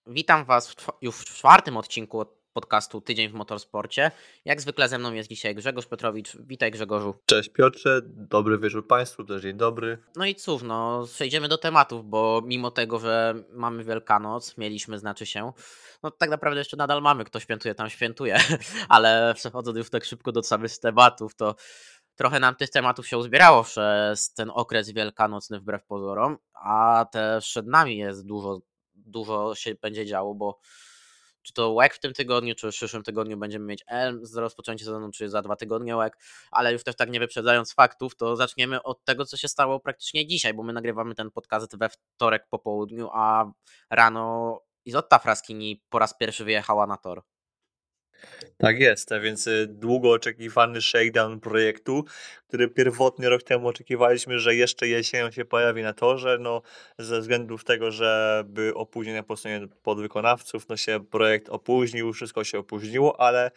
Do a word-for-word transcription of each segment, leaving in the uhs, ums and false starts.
Witam Was w czwa- już w czwartym odcinku od podcastu Tydzień w Motorsporcie. Jak zwykle ze mną jest dzisiaj Grzegorz Piotrowicz. Witaj, Grzegorzu. Cześć Piotrze, dobry wieczór Państwu, też dzień dobry. No i cóż, no przejdziemy do tematów, bo mimo tego, że mamy Wielkanoc, mieliśmy znaczy się, no tak naprawdę jeszcze nadal mamy, kto świętuje, tam świętuje, ale przechodząc już tak szybko do samych tematów, to trochę nam tych tematów się uzbierało przez ten okres wielkanocny wbrew pozorom, a też przed nami jest dużo, dużo się będzie działo, bo czy to łek w tym tygodniu, czy w przyszłym tygodniu będziemy mieć Elm z rozpoczęciem sezonu, czy za dwa tygodnie łek, ale już też tak nie wyprzedzając faktów, to zaczniemy od tego, co się stało praktycznie dzisiaj, bo my nagrywamy ten podcast we wtorek po południu, a rano Izotta Fraschini po raz pierwszy wyjechała na tor. Tak jest, a więc y, długo oczekiwany shakedown projektu, który pierwotnie rok temu oczekiwaliśmy, że jeszcze jesienią się pojawi na torze, no ze względów tego, że były opóźnienia po stronie podwykonawców, no się projekt opóźnił, wszystko się opóźniło, ale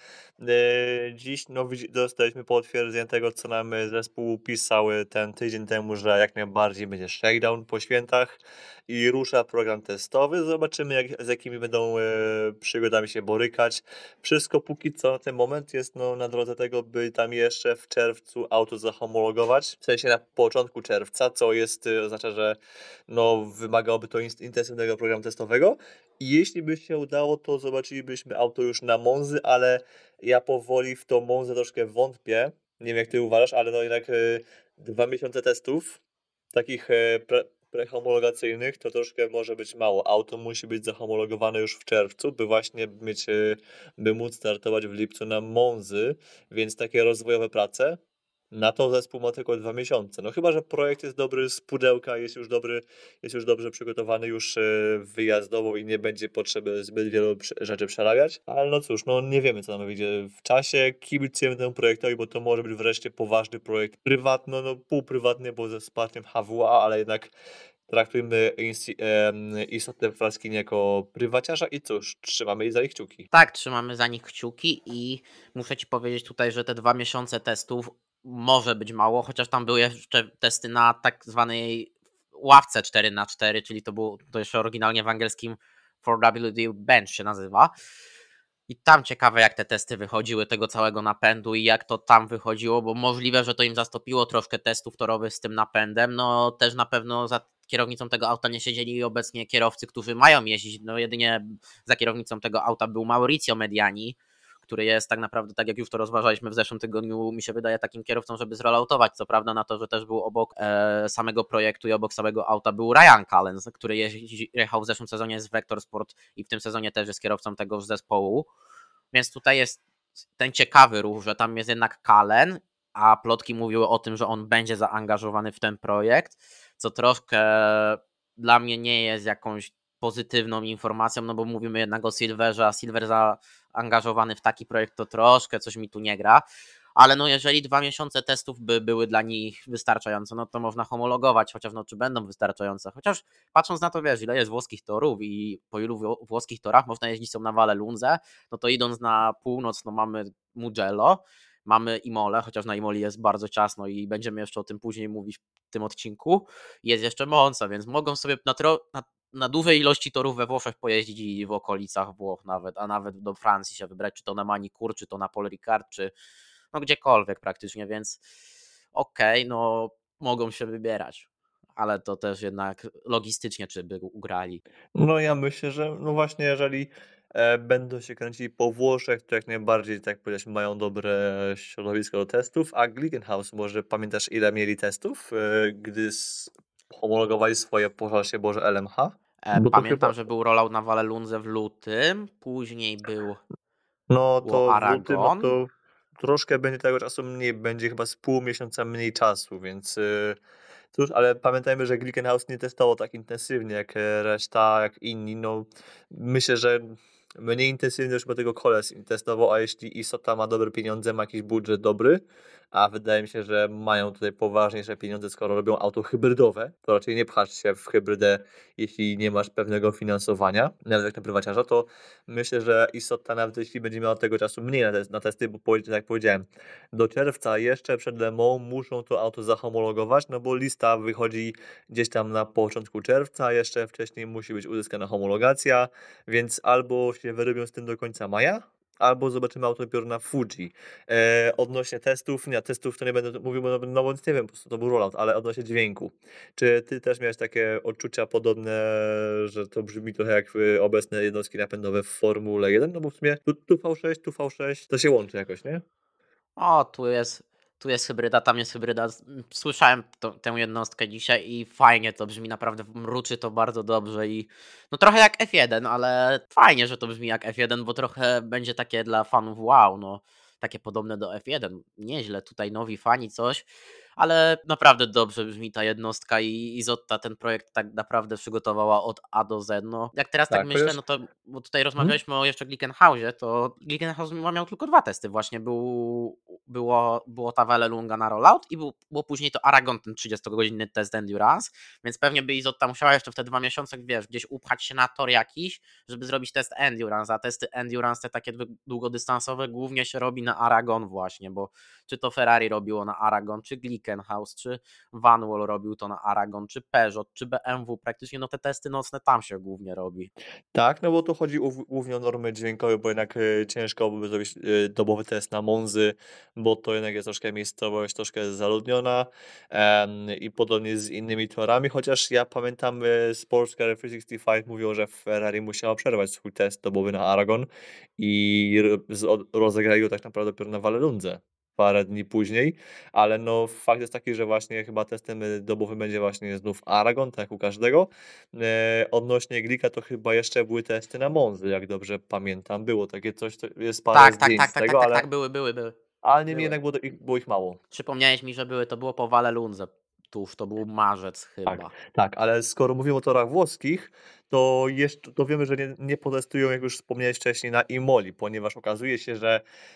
y, dziś no, widzi- dostaliśmy potwierdzenie tego, co nam zespół pisał ten tydzień temu, że jak najbardziej będzie shakedown po świętach i rusza program testowy. Zobaczymy, jak, z jakimi będą y, przygodami się borykać. Wszystko póki co na ten moment jest no, na drodze tego, by tam jeszcze w czerwcu auto zahomologować, w sensie na początku czerwca, co jest, y, oznacza, że no, wymagałoby to ins- intensywnego programu testowego. I jeśli by się udało, to zobaczylibyśmy auto już na Monzy, ale ja powoli w tą Monzę troszkę wątpię. Nie wiem jak ty uważasz, ale no jednak y, dwa miesiące testów, takich y, pre, prehomologacyjnych, to troszkę może być mało. Auto musi być zahomologowane już w czerwcu, by właśnie mieć y, by móc startować w lipcu na Monzy, więc takie rozwojowe prace. Na to zespół ma tylko dwa miesiące. No chyba, że projekt jest dobry z pudełka, jest już dobry, jest już dobrze przygotowany już e, wyjazdowo i nie będzie potrzeby zbyt wielu prze- rzeczy przerabiać. Ale no cóż, no nie wiemy, co nam wyjdzie w czasie. Kibicujemy temu projektowi, bo to może być wreszcie poważny projekt prywatny, no półprywatny, bo ze wsparciem H W A, ale jednak traktujmy insti- em, istotę Fraskini jako prywaciarza i cóż, trzymamy jej za ich kciuki. Tak, trzymamy za nich kciuki i muszę Ci powiedzieć tutaj, że te dwa miesiące testów może być mało, chociaż tam były jeszcze testy na tak zwanej ławce cztery na cztery, czyli to było to jeszcze oryginalnie w angielskim four W D Bench się nazywa. I tam ciekawe, jak te testy wychodziły tego całego napędu i jak to tam wychodziło, bo możliwe, że to im zastąpiło troszkę testów torowych z tym napędem. No też na pewno za kierownicą tego auta nie siedzieli obecnie kierowcy, którzy mają jeździć. No jedynie za kierownicą tego auta był Maurizio Mediani, który jest tak naprawdę, tak jak już to rozważaliśmy w zeszłym tygodniu, mi się wydaje takim kierowcą, żeby zrolautować. Co prawda na to, że też był obok e, samego projektu i obok samego auta był Ryan Callens, który jeździ, jechał w zeszłym sezonie z Vector Sport i w tym sezonie też jest kierowcą tegoż zespołu. Więc tutaj jest ten ciekawy ruch, że tam jest jednak Kalen, a plotki mówiły o tym, że on będzie zaangażowany w ten projekt, co troszkę dla mnie nie jest jakąś pozytywną informacją, no bo mówimy jednak o Silverze, a Silver zaangażowany w taki projekt to troszkę coś mi tu nie gra. Ale no jeżeli dwa miesiące testów by były dla nich wystarczające, no to można homologować, chociaż no czy będą wystarczające. Chociaż patrząc na to, wiesz, ile jest włoskich torów i po ilu włoskich torach można jeździć są na Vallelunze, no to idąc na północ, no mamy Mugello, mamy Imolę, chociaż na Imoli jest bardzo ciasno i będziemy jeszcze o tym później mówić w tym odcinku. Jest jeszcze Monza, więc mogą sobie na, tro, na, na dużej ilości torów we Włoszech pojeździć i w okolicach Włoch nawet, a nawet do Francji się wybrać, czy to na Manicur, czy to na Paul Ricard, czy no gdziekolwiek praktycznie, więc okej, okay, no mogą się wybierać, ale to też jednak logistycznie czy by ugrali. No ja myślę, że no właśnie jeżeli e, będą się kręcili po Włoszech, to jak najbardziej, tak jak powiedziałeś, mają dobre środowisko do testów, a Glickenhaus, może pamiętasz ile mieli testów, e, gdy s- homologowali swoje, pożal się Boże, L M H? E, Bo to chyba, pamiętam, że był rollout na Vallelunze w lutym, później był, no było to w lutym, no Aragon. to troszkę będzie tego czasu mniej, będzie chyba z pół miesiąca mniej czasu, więc e, cóż, ale pamiętajmy, że Glickenhaus nie testował tak intensywnie jak e, reszta, jak inni. No, myślę, że mniej intensywnie już chyba tego Koles testował, a jeśli Isota ma dobre pieniądze, ma jakiś budżet dobry, a wydaje mi się, że mają tutaj poważniejsze pieniądze, skoro robią auto hybrydowe, to raczej nie pchasz się w hybrydę, jeśli nie masz pewnego finansowania, nawet jak na prywaciarza, to myślę, że Isotta, nawet jeśli będzie miała tego czasu mniej na, tes- na testy, bo powie- tak jak powiedziałem, do czerwca jeszcze przed Le Mans muszą to auto zahomologować, no bo lista wychodzi gdzieś tam na początku czerwca, jeszcze wcześniej musi być uzyskana homologacja, więc albo się wyrobią z tym do końca maja, albo zobaczymy auto dopiero na Fuji. E, odnośnie testów, nie, testów to nie będę mówił, bo no bo nie wiem, po prostu to był rollout, ale odnośnie dźwięku. Czy ty też miałeś takie odczucia podobne, że to brzmi trochę jak y, obecne jednostki napędowe w Formule jeden? No bo w sumie tu, tu V sześć, tu V sześć, to się łączy jakoś, nie? O, tu jest, tu jest hybryda, tam jest hybryda. Z- m, Słyszałem to, tę jednostkę dzisiaj i fajnie to brzmi, naprawdę mruczy to bardzo dobrze i no trochę jak F jeden, ale fajnie, że to brzmi jak F jeden, bo trochę będzie takie dla fanów wow, no takie podobne do F jeden. Nieźle, tutaj nowi fani coś, ale naprawdę dobrze brzmi ta jednostka i Izotta ten projekt tak naprawdę przygotowała od A do Z. No, jak teraz tak Tak, myślę, chociaż... no to, bo tutaj Mhm. rozmawialiśmy o jeszcze Glickenhausie, to Glickenhaus miał miał tylko dwa testy. Właśnie był, było, było ta Vallelunga na rollout i był, było później to Aragon, ten trzydziestogodzinny test Endurance, więc pewnie by Izotta musiała jeszcze w te dwa miesiące, wiesz, gdzieś upchać się na tor jakiś, żeby zrobić test Endurance, a testy Endurance, te takie dłu- długodystansowe, głównie się robi na Aragon właśnie, bo czy to Ferrari robiło na Aragon, czy Glickenhaus, czy Vanwall robił to na Aragon, czy Peugeot, czy B M W, praktycznie no te testy nocne tam się głównie robi. Tak, no bo tu chodzi o, głównie o normy dźwiękowe, bo jednak y, ciężko byłoby zrobić y, dobowy test na Monzy, bo to jednak jest troszkę miejscowość, troszkę zaludniona em, i podobnie z innymi torami, chociaż ja pamiętam y, z Polska Referee sześćdziesiąt pięć mówiło, że Ferrari musiała przerwać swój test dobowy na Aragon i r- z- od- rozegrali go tak naprawdę dopiero na Vallelundze parę dni później, ale no fakt jest taki, że właśnie chyba testem y, dobowym będzie właśnie znów Aragon, tak jak u każdego. E, odnośnie Glika to chyba jeszcze były testy na Monzy, jak dobrze pamiętam. Było takie coś, to jest parę Tak, tak, zdjęć tak, z tak, tak, tego, tak, ale, tak, były, były, były. ale niemniej Były. jednak było ich, było ich mało. Przypomniałeś mi, że były, to było po Vallelundze. Tuż, to był marzec Tak, chyba. tak, ale skoro mówimy o torach włoskich, to jeszcze to wiemy, że nie, nie potestują, jak już wspomniałeś wcześniej, na Imoli, ponieważ okazuje się, że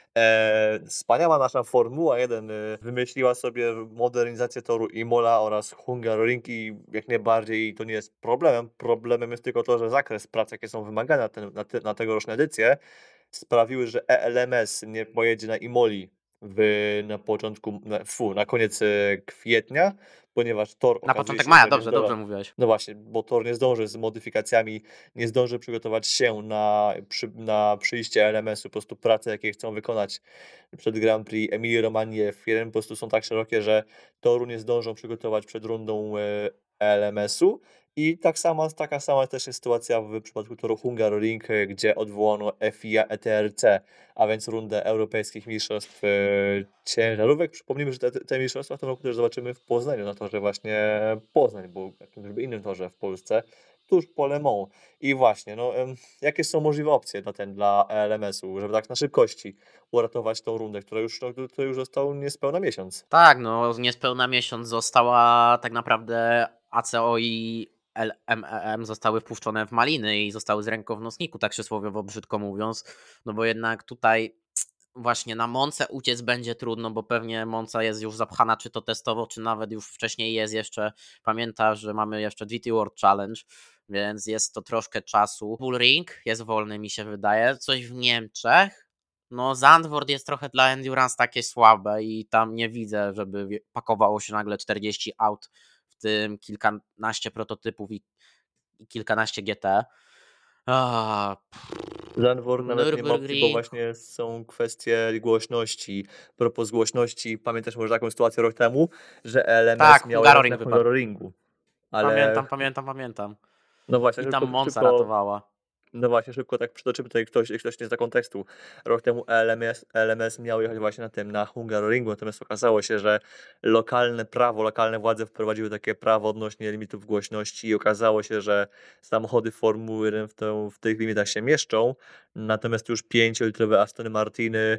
e, wspaniała nasza Formuła jeden e, wymyśliła sobie modernizację toru Imola oraz Hungaroring i jak najbardziej to nie jest problemem. Problemem jest tylko to, że zakres prac, jakie są wymagane na, ten, na, te, na tegoroczne edycje, sprawiły, że E L M S nie pojedzie na Imoli w, na początku, na, fu, na koniec e, kwietnia, ponieważ tor Na okazuje początek się, maja, że nie dobrze, zdoła. dobrze mówiłeś. No właśnie, bo tor nie zdąży z modyfikacjami, nie zdąży przygotować się na, przy, na przyjście L M S-u. Po prostu prace, jakie chcą wykonać przed Grand Prix Emilii Romagnie w jeden po prostu są tak szerokie, że toru nie zdążą przygotować przed rundą e, L M S-u. I tak sama, taka sama też jest sytuacja w przypadku toru Hungaroring, e, gdzie odwołano F I A E T R C, a więc rundę europejskich mistrzostw e, ciężarówek. Przypomnijmy, że te, te mistrzostwa w tym roku też zobaczymy w Poznaniu, na torze właśnie Poznań, bo jakimś innym torze w Polsce, tuż po Le Mans. I właśnie, no, em, jakie są możliwe opcje dla, ten, dla L M S-u, żeby tak na szybkości uratować tą rundę, która już, no, to już został niespełna miesiąc. Tak, no niespełna miesiąc została tak naprawdę A C O i L M E M zostały wpuszczone w maliny i zostały z ręką w nocniku, tak przysłowiowo brzydko mówiąc, no bo jednak tutaj właśnie na Monce uciec będzie trudno, bo pewnie Monza jest już zapchana, czy to testowo, czy nawet już wcześniej jest jeszcze. Pamięta, że mamy jeszcze G T World Challenge, więc jest to troszkę czasu. Bullring jest wolny, mi się wydaje. Coś w Niemczech. No, Zandvoort jest trochę dla Endurance takie słabe i tam nie widzę, żeby wie- pakowało się nagle czterdzieści aut, w tym kilkanaście prototypów i, i kilkanaście G T. Ah, Zandvoort nawet nie ma opcji, bo Nürburgring. właśnie są kwestie głośności. Propos głośności, pamiętasz może taką sytuację rok temu, że L M S Tak, miał jechać na Hungaroring wypadł. Hungaroringu, ale Pamiętam, pamiętam, pamiętam. no właśnie, I tam szybko, Monza szybko ratowała. No właśnie, szybko tak przytoczymy, tutaj ktoś, ktoś nie zna kontekstu. Rok temu L M S, L M S miał jechać właśnie na tym, na Hungaroringu, natomiast okazało się, że lokalne prawo, lokalne władze wprowadziły takie prawo odnośnie limitów głośności i okazało się, że samochody Formuły jeden w, tą, w tych limitach się mieszczą, natomiast już pięciolitrowe Astony Martiny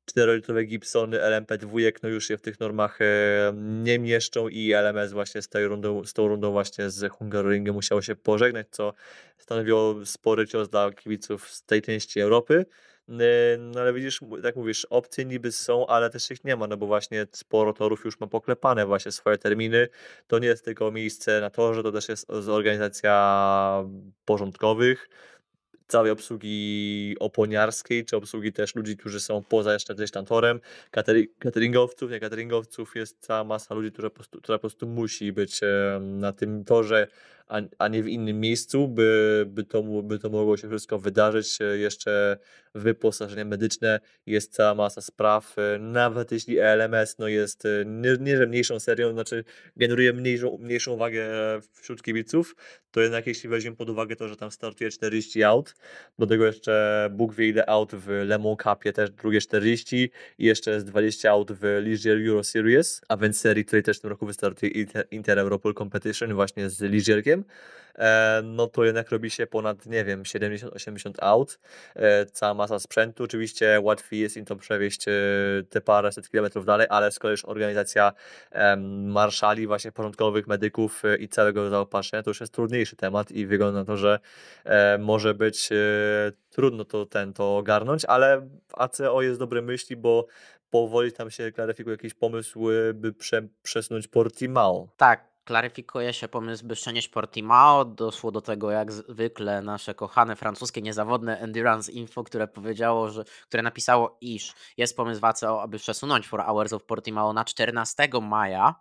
czterolitrowe Gibsony L M P dwa no już się w tych normach e, nie mieszczą i L M S właśnie z, tej rundą, z tą rundą właśnie z Hungaroringiem musiało się pożegnać, co stanowiło spory cios dla kibiców z tej części Europy. Yy, No ale widzisz, m- tak mówisz, opcje niby są, ale też ich nie ma, no bo właśnie sporo torów już ma poklepane właśnie swoje terminy. To nie jest tylko miejsce na torze, to też jest z organizacja porządkowych, całej obsługi oponiarskiej, czy obsługi też ludzi, którzy są poza jeszcze gdzieś tam torem, cateri- cateringowców, nie cateringowców, jest cała masa ludzi, która po prostu, która po prostu musi być e, na tym torze, a, a nie w innym miejscu, by, by, to, mu- by to mogło się wszystko wydarzyć. E, Jeszcze wyposażenie medyczne, jest cała masa spraw, e, nawet jeśli E L M S no jest e, nie, nie że mniejszą serią, znaczy generuje mniejszą, mniejszą uwagę wśród kibiców, to jednak jeśli weźmiemy pod uwagę to, że tam startuje czterdzieści aut, do tego jeszcze Bóg wie ile aut w Le Mans Cupie, też drugie czterdzieści i jeszcze jest dwadzieścia aut w Ligier Euro Series, a więc serii, której też w tym roku wystartuje Inter, Inter Europol Competition właśnie z Ligierkiem, e, no to jednak robi się ponad, nie wiem, siedemdziesiąt osiemdziesiąt aut, e, cała masa sprzętu, oczywiście łatwiej jest im to przewieźć e, te paręset kilometrów dalej, ale z kolei już organizacja em, marszali, właśnie porządkowych, medyków e, i całego zaopatrzenia, to już jest trudniejszy temat i wygląda na to, że e, może być e, trudno to, ten, to ogarnąć, ale w A C O jest dobre myśli, bo powoli tam się klaryfikuje jakiś pomysł, e, by prze, przesunąć Portimao. Tak, klaryfikuje się pomysł, by przenieść Portimao. Doszło do tego jak zwykle nasze kochane francuskie niezawodne Endurance Info, które powiedziało, że, które napisało, iż jest pomysł w A C O, aby przesunąć Four Hours of Portimao na czternastego maja,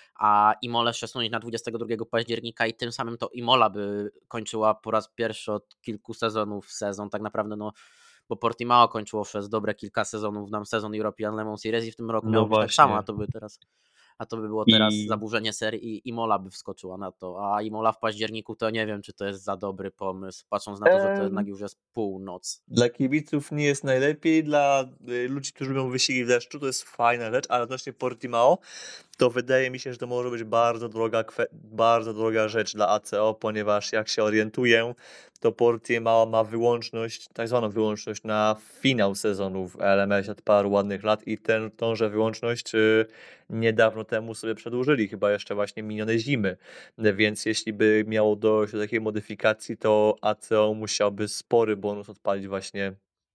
a Imolę przesunąć na dwudziestego drugiego października i tym samym to Imola by kończyła po raz pierwszy od kilku sezonów sezon, tak naprawdę no, bo Portimao kończyło przez dobre kilka sezonów nam sezon European Le Mans Series i w tym roku No miało być tak samo, a właśnie. to by teraz a to by było teraz I zaburzenie serii i Imola by wskoczyła na to, a Imola w październiku to nie wiem, czy to jest za dobry pomysł, patrząc na to, że to jednak em, już jest północ. dla kibiców nie jest najlepiej, dla y, ludzi, którzy lubią wyścigi w deszczu, to jest fajna rzecz, ale odnośnie Portimao, to wydaje mi się, że to może być bardzo droga, kwe- bardzo droga rzecz dla A C O, ponieważ jak się orientuję, to Portimao ma wyłączność, tak zwaną wyłączność na finał sezonu w L M S od paru ładnych lat i tę, tąże wyłączność y, niedawno temu sobie przedłużyli, chyba jeszcze właśnie minione zimy. Więc jeśli by miało dojść do takiej modyfikacji, to A C O musiałby spory bonus odpalić właśnie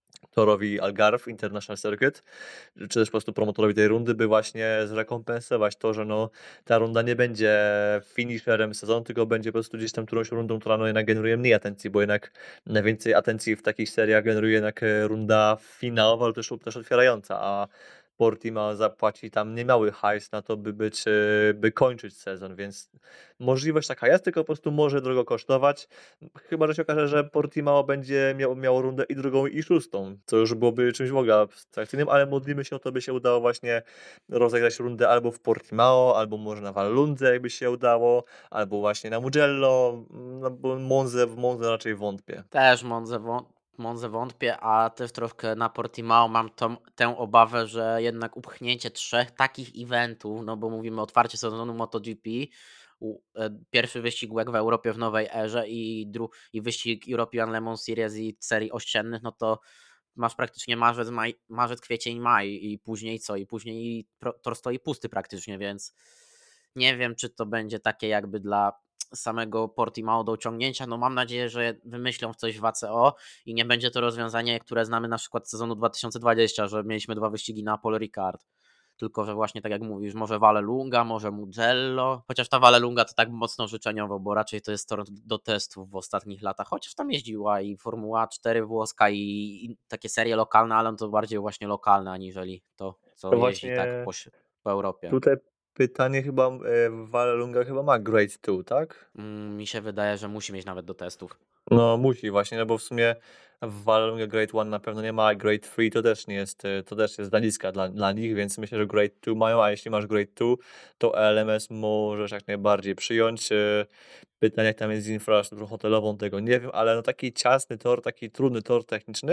torowi Algarve International Circuit, czy też po prostu promotorowi tej rundy, by właśnie zrekompensować to, że no, ta runda nie będzie finisherem sezonu, tylko będzie po prostu gdzieś tam którąś rundą, która no jednak generuje mniej atencji, bo jednak najwięcej atencji w takich seriach generuje jednak e, runda finałowa, ale też, też otwierająca, a Portima zapłaci tam niemały hajs na to, by być, e, by kończyć sezon, więc możliwość taka jest, tylko po prostu może drogo kosztować. Chyba, że się okaże, że Portimao będzie miał, miało rundę i drugą, i szóstą, co już byłoby czymś w ogóle abstrakcyjnym, ale modlimy się o to, by się udało właśnie rozegrać rundę albo w Portimao, albo może na Vallelundze, jakby się udało, albo właśnie na Mugello, no bo Monze, w Monze raczej wątpię. Też Monze, wą- Monze wątpię, a też troszkę na Portimao mam tą, tę obawę, że jednak upchnięcie trzech takich eventów, no bo mówimy o otwarcie sezonu MotoGP, u- e, pierwszy wyścig W E C w Europie w nowej erze i, dru- i wyścig European Le Mans Series i serii ościennych, no to masz praktycznie marzec, maj, marzec, kwiecień, maj i później co? I później pro- tor stoi pusty praktycznie, więc nie wiem, czy to będzie takie jakby dla samego Portimao do osiągnięcia. No mam nadzieję, że wymyślą coś w A C O i nie będzie to rozwiązanie, które znamy na przykład z sezonu dwa tysiące dwudziestego, że mieliśmy dwa wyścigi na Paul Ricard. Tylko, że właśnie tak jak mówisz, może Vallelunga, może Mugello. Chociaż ta Vallelunga to tak mocno życzeniowo, bo raczej to jest tor do testów w ostatnich latach. Chociaż tam jeździła i Formuła cztery włoska i, i takie serie lokalne, ale to bardziej właśnie lokalne, aniżeli to, co To jeździ tak właśnie po, ś- po Europie. tutaj pytanie chyba, e, Vallelunga chyba ma Grade dwa, tak? Mm, mi się wydaje, że musi mieć nawet do testów. No musi właśnie, no bo w sumie w Valorant Grade jeden na pewno nie ma, a Grade trzy to też nie jest, e, to też jest za niska dla, dla nich, więc myślę, że Grade dwa mają, a jeśli masz Grade dwa, to L M S możesz jak najbardziej przyjąć. E, Pytanie, jak tam jest z infrastrukturą hotelową, tego nie wiem, ale no taki ciasny tor, taki trudny tor techniczny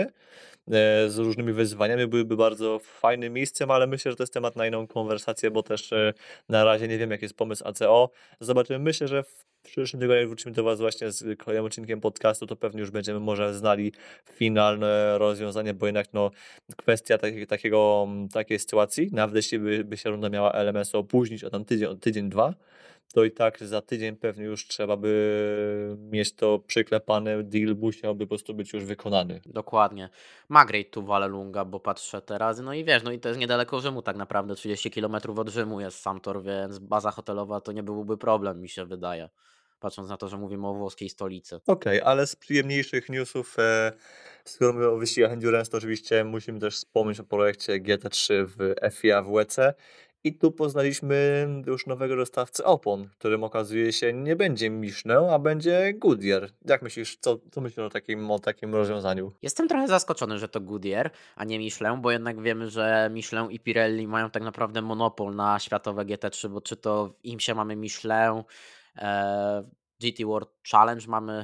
e, z różnymi wyzwaniami byłyby bardzo fajnym miejscem, ale myślę, że to jest temat na inną konwersację, bo też e, na razie nie wiem, jaki jest pomysł A C O. Zobaczymy. Myślę, że w w przyszłym tygodniu jak wrócimy do Was właśnie z kolejnym odcinkiem podcastu, to pewnie już będziemy może znali finalne rozwiązanie, bo jednak no kwestia takiej, takiego, mm, takiej sytuacji, nawet jeśli by, by się runda miała L M S opóźnić o tam tydzień, o tydzień, dwa, to i tak za tydzień pewnie już trzeba by mieć to przyklepane, deal musiałby po prostu być już wykonany. Dokładnie. Magrej tu Vallelunga, bo patrzę teraz, no i wiesz, no i to jest niedaleko Rzymu tak naprawdę, trzydzieści kilometrów od Rzymu jest sam tor, więc baza hotelowa to nie byłby problem, mi się wydaje. Patrząc na to, że mówimy o włoskiej stolicy. Okej, ale z przyjemniejszych newsów, e, skoro mówimy o wyścigach endurance, to oczywiście musimy też wspomnieć o projekcie G T trzy w F I A W E C. I tu poznaliśmy już nowego dostawcę opon, którym okazuje się nie będzie Michelin, a będzie Goodyear. Jak myślisz, co, co myślisz o takim, o takim rozwiązaniu? Jestem trochę zaskoczony, że to Goodyear, a nie Michelin, bo jednak wiemy, że Michelin i Pirelli mają tak naprawdę monopol na światowe G T trzy, bo czy to w IMSie mamy Michelin, e, w G T World Challenge mamy,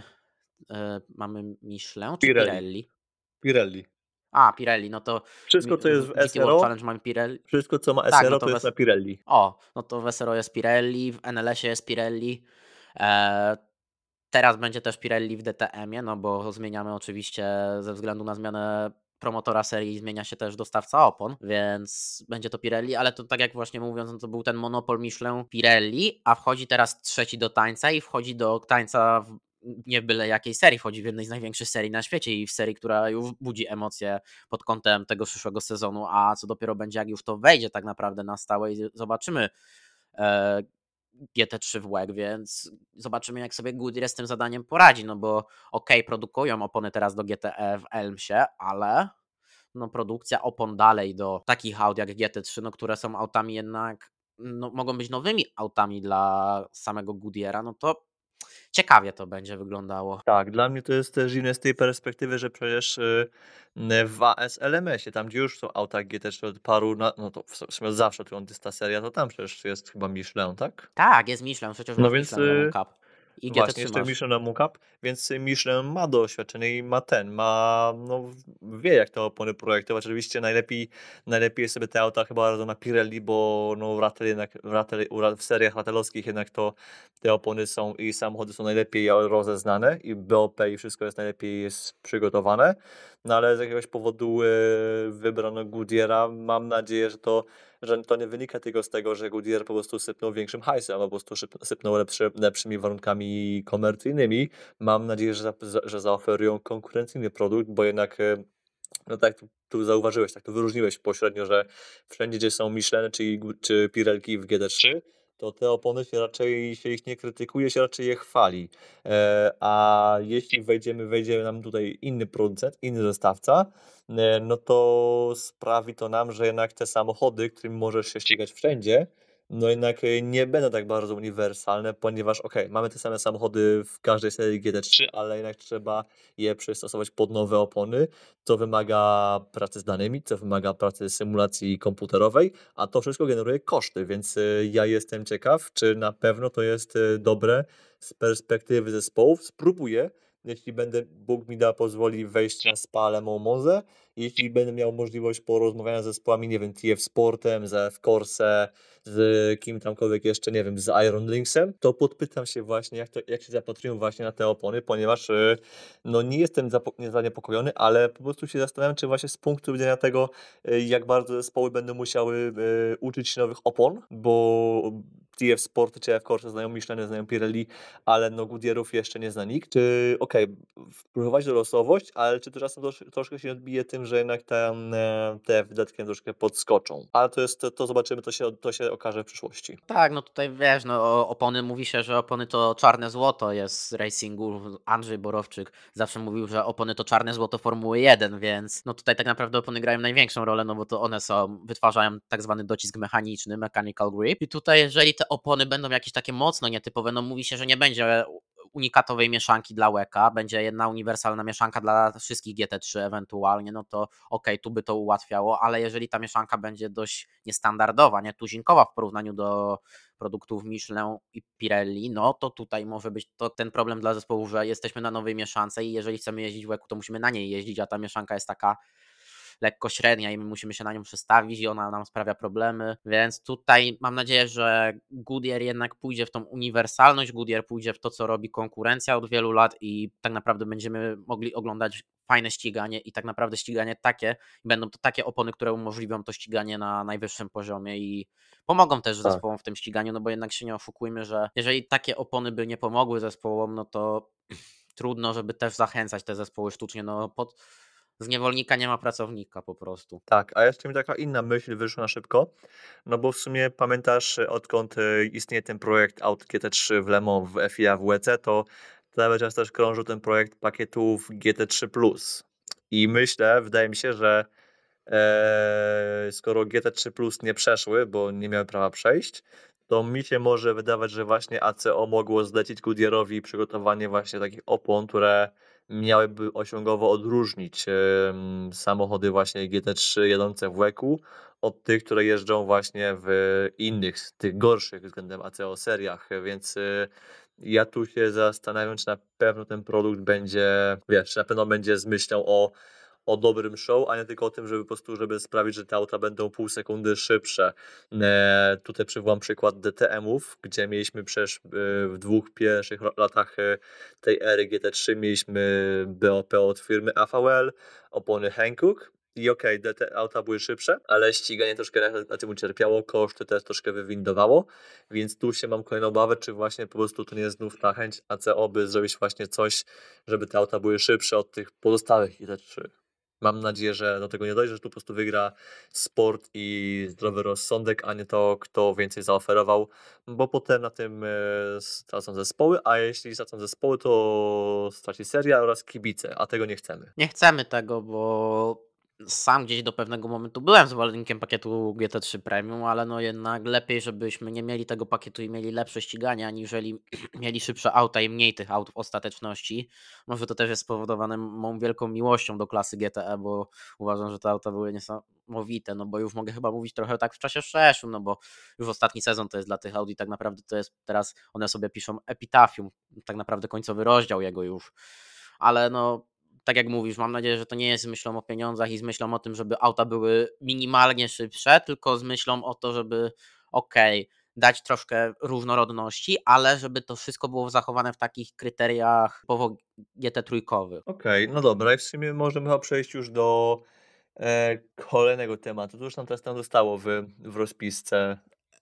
e, mamy Michelin czy Pirelli. Pirelli? Pirelli. A, Pirelli, no to Wszystko, mi- co jest w w G T World S R O, Challenge mamy Pirelli. wszystko, co ma Tak, no S R O, to to jest wes- na Pirelli. o, no to w S R O jest Pirelli, w N L S-ie jest Pirelli. E, teraz będzie też Pirelli w D T M-ie, no bo zmieniamy oczywiście ze względu na zmianę promotora serii, zmienia się też dostawca opon, więc będzie to Pirelli, ale to tak jak właśnie mówiąc, no to był ten monopol Michelin Pirelli, a wchodzi teraz trzeci do tańca i wchodzi do tańca w nie byle jakiej serii, wchodzi w jednej z największych serii na świecie i w serii, która już budzi emocje pod kątem tego przyszłego sezonu, a co dopiero będzie, jak już to wejdzie tak naprawdę na stałe i zobaczymy e, G T trzy w łek, więc zobaczymy, jak sobie Goodyear z tym zadaniem poradzi, no bo okej, okay, produkują opony teraz do G T E w Elmsie, ale no produkcja opon dalej do takich aut jak G T trzy, no które są autami jednak, no mogą być nowymi autami dla samego Goodyeara, no to ciekawie to będzie wyglądało. Tak, dla mnie to jest też dziwne z tej perspektywy, że przecież y, n- w A S L M S-ie, tam gdzie już są auta G T trzy od paru, na, no to w sumie od zawsze tu jest ta seria, to tam przecież jest chyba Michelin, tak? Tak, jest Michelin, przecież No masz więc Michelin Lemon y, Cup i właśnie, G T trzy jeszcze masz. Michelin na Mockup, więc Michelin ma doświadczenie i ma ten, ma, no wie jak te opony projektować. Oczywiście najlepiej, najlepiej sobie te auta chyba radzą na Pirelli, bo no Ratel jednak, Ratel, w seriach ratelowskich jednak to te opony są i samochody są najlepiej rozeznane i B O P i wszystko jest najlepiej jest przygotowane, no ale z jakiegoś powodu e, wybrano Goodyeara. Mam nadzieję, że to że to nie wynika tylko z tego, że Goodyear po prostu sypnął większym hajsem, albo po prostu szyp- sypnął lepszy, lepszymi warunkami komercyjnymi. Mam nadzieję, że, za, za- że zaoferują konkurencyjny produkt, bo jednak, e, no tak tu, tu zauważyłeś, tak tu wyróżniłeś pośrednio, że wszędzie, gdzie są Michelin czy, czy Pirelki w G T trzy, to te opony się raczej się ich nie krytykuje, się raczej je chwali. E, a jeśli wejdziemy, wejdzie nam tutaj inny producent, inny dostawca, e, no to sprawi to nam, że jednak te samochody, którymi możesz się ścigać wszędzie, no jednak e, nie będą tak bardzo uniwersalne, ponieważ okej, mamy te same samochody w każdej serii G T trzy, ale jednak trzeba je przystosować pod nowe opony, co wymaga pracy z danymi, co wymaga pracy symulacji komputerowej, a to wszystko generuje koszty, więc y, ja jestem ciekaw, czy na pewno to jest y, dobre z perspektywy zespołów. Spróbuję, jeśli będę, Bóg mi da, pozwoli wejść na Spa Le Mans Monza, jeśli będę miał możliwość porozmawiania z zespołami, nie wiem, T F Sportem, z F Corse, z kim tamkolwiek jeszcze, nie wiem, z Iron Lynxem, to podpytam się właśnie, jak, to, jak się zapatrują właśnie na te opony, ponieważ y, no nie jestem zapo- nie zaniepokojony, ale po prostu się zastanawiam, czy właśnie z punktu widzenia tego, y, jak bardzo zespoły będą musiały y, uczyć się nowych opon, bo T F Sport czy F Corse znają Michelin, znają Pirelli, ale no Goodyearów jeszcze nie zna nikt. Czy okej, wpływać do losowość, ale czy to czasem trosz, troszkę się odbije tym, że jednak te, e, te wydatki troszkę podskoczą. Ale to jest, to, to zobaczymy, to się, to się okaże w przyszłości. Tak, no tutaj wiesz, no o- opony mówi się, że opony to czarne złoto jest z racingu. Andrzej Borowczyk zawsze mówił, że opony to czarne złoto Formuły jeden, więc no tutaj tak naprawdę opony grają największą rolę, no bo to one są, wytwarzają tak zwany docisk mechaniczny, mechanical grip. I tutaj jeżeli te opony będą jakieś takie mocno nietypowe, no mówi się, że nie będzie unikatowej mieszanki dla łeka, będzie jedna uniwersalna mieszanka dla wszystkich G T trzy ewentualnie, no to okej, tu by to ułatwiało, ale jeżeli ta mieszanka będzie dość niestandardowa, nie tuzinkowa w porównaniu do produktów Michelin i Pirelli, no to tutaj może być to ten problem dla zespołu, że jesteśmy na nowej mieszance i jeżeli chcemy jeździć w łeku, to musimy na niej jeździć, a ta mieszanka jest taka lekko średnia i my musimy się na nią przestawić i ona nam sprawia problemy, więc tutaj mam nadzieję, że Goodyear jednak pójdzie w tą uniwersalność, Goodyear pójdzie w to, co robi konkurencja od wielu lat i tak naprawdę będziemy mogli oglądać fajne ściganie i tak naprawdę ściganie takie, będą to takie opony, które umożliwią to ściganie na najwyższym poziomie i pomogą też Tak. zespołom w tym ściganiu, no bo jednak się nie oszukujmy, że jeżeli takie opony by nie pomogły zespołom, no to trudno, żeby też zachęcać te zespoły sztucznie, no pod z niewolnika nie ma pracownika po prostu. Tak, a jeszcze mi taka inna myśl wyszła na szybko, no bo w sumie pamiętasz, e, odkąd e, istnieje ten projekt Audi G T trzy w Le Mans w F I A W E C, to cały czas też krążył ten projekt pakietów G T trzy Plus. I myślę, wydaje mi się, że e, skoro G T trzy Plus nie przeszły, bo nie miały prawa przejść, to mi się może wydawać, że właśnie A C O mogło zlecić Goodyearowi przygotowanie właśnie takich opon, które miałyby osiągowo odróżnić em, samochody właśnie G T trzy jadące w łeku od tych, które jeżdżą właśnie w innych, tych gorszych względem A C O seriach, więc y, ja tu się zastanawiam, czy na pewno ten produkt będzie, wiesz, czy na pewno będzie z myślą o o dobrym show, a nie tylko o tym, żeby po prostu, żeby sprawić, że te auta będą pół sekundy szybsze. E, tutaj przywołam przykład D T M-ów, gdzie mieliśmy przecież e, w dwóch pierwszych ro- latach e, tej ery G T trzy mieliśmy B O P od firmy A V L, opony Hankook. I okej, okay, te auta były szybsze, ale ściganie troszkę na, na tym ucierpiało, koszty też troszkę wywindowało, więc tu się mam kolejną obawę, czy właśnie po prostu to nie jest znów ta chęć A C O, by zrobić właśnie coś, żeby te auta były szybsze od tych pozostałych G T trzy. Mam nadzieję, że do tego nie dojdzie, że tu po prostu wygra sport i zdrowy rozsądek, a nie to, kto więcej zaoferował, bo potem na tym e, stracą zespoły, a jeśli stracą zespoły, to straci seria oraz kibice, a tego nie chcemy. Nie chcemy tego, bo sam gdzieś do pewnego momentu byłem zwolennikiem pakietu G T trzy Premium, ale no jednak lepiej, żebyśmy nie mieli tego pakietu i mieli lepsze ścigania, aniżeli mieli szybsze auta i mniej tych aut w ostateczności. Może to też jest spowodowane moją wielką miłością do klasy G T E, bo uważam, że te auta były niesamowite, no bo już mogę chyba mówić trochę tak w czasie przeszłym, no bo już ostatni sezon to jest dla tych Audi, tak naprawdę to jest teraz, one sobie piszą epitafium, tak naprawdę końcowy rozdział jego już, ale no tak jak mówisz, mam nadzieję, że to nie jest z myślą o pieniądzach i z myślą o tym, żeby auta były minimalnie szybsze, tylko z myślą o to, żeby okej, dać troszkę różnorodności, ale żeby to wszystko było zachowane w takich kryteriach typowo G T trzy. Okej, no dobra, i w sumie możemy chyba przejść już do e, kolejnego tematu. To już nam teraz tam zostało w, w rozpisce.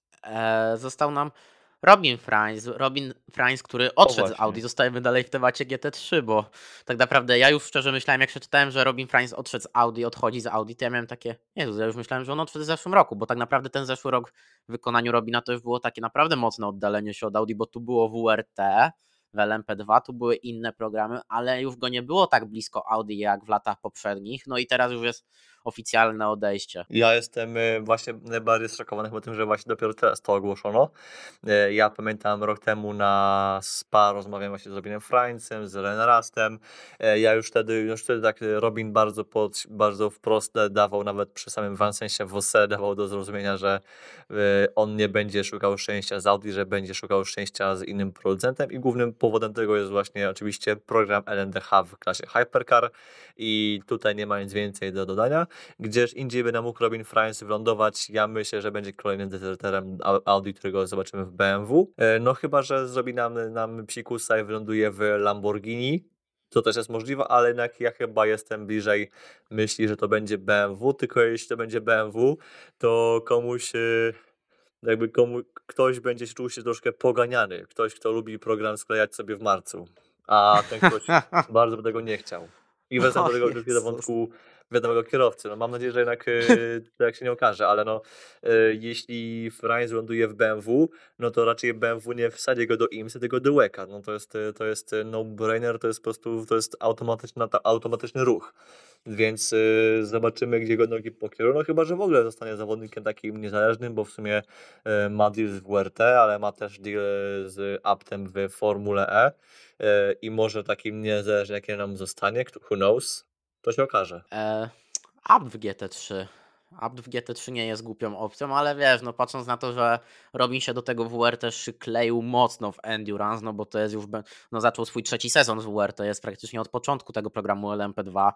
E, został nam Robin Franz, Robin Franz, który O odszedł z właśnie. Audi. Zostajemy dalej w temacie G T trzy, bo tak naprawdę ja już szczerze myślałem, jak przeczytałem, że Robin Franz odszedł z Audi, odchodzi z Audi, to ja miałem takie, Jezus, ja już myślałem, że on odszedł w zeszłym roku, bo tak naprawdę ten zeszły rok w wykonaniu Robina to już było takie naprawdę mocne oddalenie się od Audi, bo tu było W R T, w L M P dwa, tu były inne programy, ale już go nie było tak blisko Audi jak w latach poprzednich, no i teraz już jest oficjalne odejście. Ja jestem y, właśnie najbardziej zszokowany chyba tym, że właśnie dopiero teraz to ogłoszono. Y, Ja pamiętam rok temu na Spa rozmawiałem właśnie z Robinem Frańcem, z Renem Rastem. Y, Ja już wtedy, już wtedy tak y, Robin bardzo, pod, bardzo wprost dawał, nawet przy samym Vincencie Vosse dawał do zrozumienia, że y, on nie będzie szukał szczęścia z Audi, że będzie szukał szczęścia z innym producentem i głównym powodem tego jest właśnie oczywiście program L N D H w klasie Hypercar i tutaj nie ma nic więcej do dodania. Gdzież indziej by nam mógł Robin Franz wylądować. Ja myślę, że będzie kolejnym dezerterem Au- Audi, którego zobaczymy w B M W. E, No chyba, że zrobi nam, nam psikusa i wyląduje w Lamborghini. To też jest możliwe, ale jednak ja chyba jestem bliżej myśli, że to będzie B M W, tylko jeśli to będzie B M W, to komuś, e, jakby komu, ktoś będzie czuł się troszkę poganiany. Ktoś, kto lubi program sklejać sobie w marcu. A ten ktoś bardzo by tego nie chciał. I wracam O do tego drugiego do Jezus. wątku wiadomego kierowcy. No mam nadzieję, że jednak y, to jak się nie okaże, ale no y, jeśli Franz ląduje w B M W, no to raczej B M W nie wsadzi go do IMSY, tylko do łeka. No to jest, y, to jest y, no-brainer, to jest po prostu to jest automatyczna, ta, automatyczny ruch. Więc y, zobaczymy, gdzie go nogi pokierują. No chyba, że w ogóle zostanie zawodnikiem takim niezależnym, bo w sumie y, ma deal z W R T, ale ma też deal z Aptem w Formule E. Y, I może takim niezależnym, jakie nam zostanie, kto- who knows, to się okaże. E, Up w G T trzy. Up w G T trzy nie jest głupią opcją, ale wiesz, no patrząc na to, że Robin się do tego W R T przykleił mocno w Endurance, no bo to jest już, be- no zaczął swój trzeci sezon z W R T, jest praktycznie od początku tego programu L M P dwa.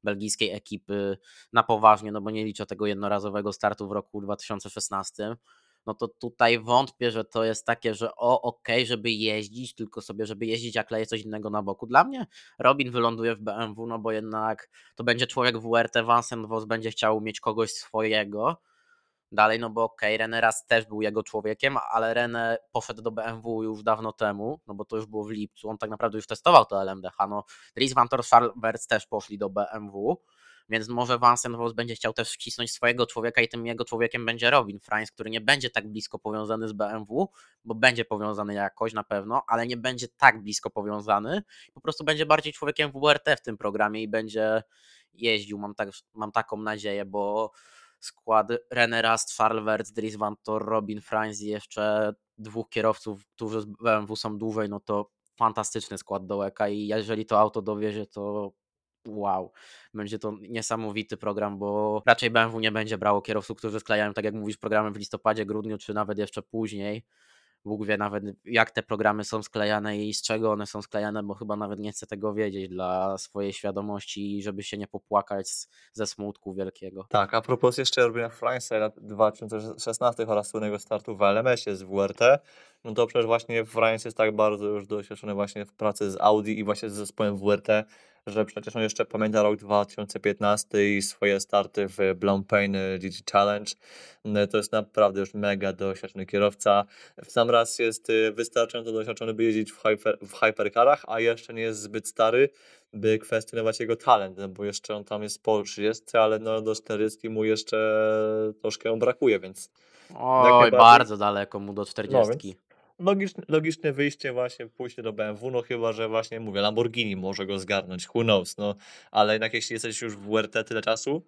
belgijskiej ekipy na poważnie, no bo nie liczę tego jednorazowego startu w roku dwa tysiące szesnastym, no to tutaj wątpię, że to jest takie, że o, okej, żeby jeździć, tylko sobie, żeby jeździć, jak leje coś innego na boku. Dla mnie Robin wyląduje w B M W, no bo jednak to będzie człowiek W R T, Vincent Vos będzie chciał mieć kogoś swojego dalej, no bo okej, René raz też był jego człowiekiem, ale René poszedł do B M W już dawno temu, no bo to już było w lipcu, on tak naprawdę już testował to L M D H, no Dries Van Tor, Charles Weerts też poszli do B M W, więc może Vincent Vos będzie chciał też wcisnąć swojego człowieka i tym jego człowiekiem będzie Robin Frijns, który nie będzie tak blisko powiązany z B M W, bo będzie powiązany jakoś na pewno, ale nie będzie tak blisko powiązany, po prostu będzie bardziej człowiekiem W R T w tym programie i będzie jeździł, mam, tak, mam taką nadzieję, bo skład René Rast, Charles Weerts, Dries Van Tor, Robin Frijns i jeszcze dwóch kierowców, którzy z B M W są dłużej, no to fantastyczny skład do łeka i jeżeli to auto dowiezie, to wow, będzie to niesamowity program, bo raczej B M W nie będzie brało kierowców, którzy sklejają, tak jak mówisz, programy w listopadzie, grudniu, czy nawet jeszcze później. Bóg wie nawet, jak te programy są sklejane i z czego one są sklejane, bo chyba nawet nie chcę tego wiedzieć dla swojej świadomości, żeby się nie popłakać z, ze smutku wielkiego. Tak, a propos jeszcze Robina Frijnsa lat dwa tysiące szesnastych oraz słynnego startu w L M S-ie z W R T, no to przecież właśnie Frijns jest tak bardzo już doświadczony właśnie w pracy z Audi i właśnie z zespołem W R T, że przecież on jeszcze pamięta rok dwa tysiące piętnasty i swoje starty w Blancpain G G Challenge. No to jest naprawdę już mega doświadczony kierowca. W sam raz jest y, wystarczająco doświadczony, by jeździć w, hyper, w hypercarach, a jeszcze nie jest zbyt stary, by kwestionować jego talent, no bo jeszcze on tam jest po trzydziestce, ale no do czterdziestki mu jeszcze troszkę brakuje, więc jak Oj, najbardziej, bardzo daleko mu do no więc czterdziestki. logiczne, logiczne wyjście właśnie pójście do B M W, no chyba, że właśnie mówię, Lamborghini może go zgarnąć, who knows, no ale jednak jeśli jesteś już w W R T tyle czasu,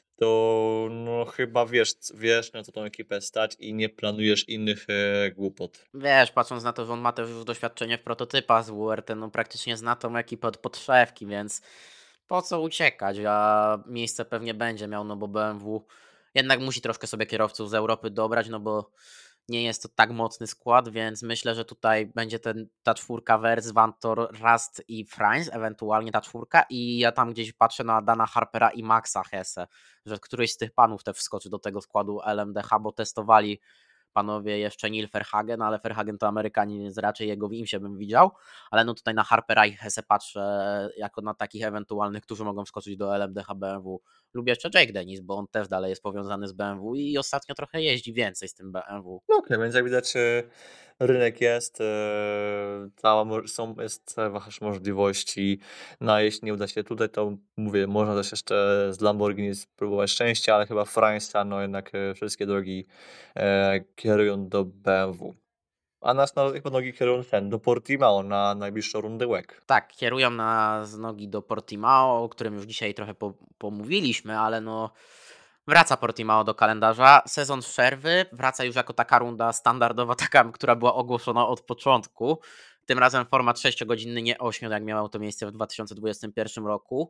to no chyba wiesz, wiesz na co tą ekipę stać i nie planujesz innych e, głupot. Wiesz, patrząc na to, że on ma też już doświadczenie w prototypach z W R T, no praktycznie zna tą ekipę od podszewki, więc po co uciekać, a miejsce pewnie będzie miał, no bo B M W jednak musi troszkę sobie kierowców z Europy dobrać, no bo nie jest to tak mocny skład, więc myślę, że tutaj będzie ten, ta czwórka Weerts, Van Tor, Rast i Frijns, ewentualnie ta czwórka i ja tam gdzieś patrzę na Dana Harpera i Maxa Hesse, że któryś z tych panów też wskoczy do tego składu L M D H, bo testowali panowie jeszcze Neil Verhagen, ale Verhagen to Amerykanin, więc raczej jego w imsie bym widział, ale no tutaj na Harpera i Hesse patrzę jako na takich ewentualnych, którzy mogą wskoczyć do L M D H B M W. Lubię jeszcze Jake Dennis, bo on też dalej jest powiązany z B M W i ostatnio trochę jeździ więcej z tym B M W. No okej, więc jak widać e, rynek jest, e, cała, mo- są, jest cała wachlarz możliwości, no a jeśli nie uda się tutaj, to mówię, można też jeszcze z Lamborghini spróbować szczęścia, ale chyba Fransa, no jednak e, wszystkie drogi e, kierują do B M W. A nas na chyba nogi kierują ten, do Portimao na najbliższą rundę łek. Tak, kierują nas nogi do Portimao, o którym już dzisiaj trochę po, pomówiliśmy, ale no wraca Portimao do kalendarza. Sezon przerwy, wraca już jako taka runda standardowa, taka, która była ogłoszona od początku. Tym razem format sześciogodzinny, nie ośmiu, jak miało to miejsce w dwa tysiące dwudziestym pierwszym roku.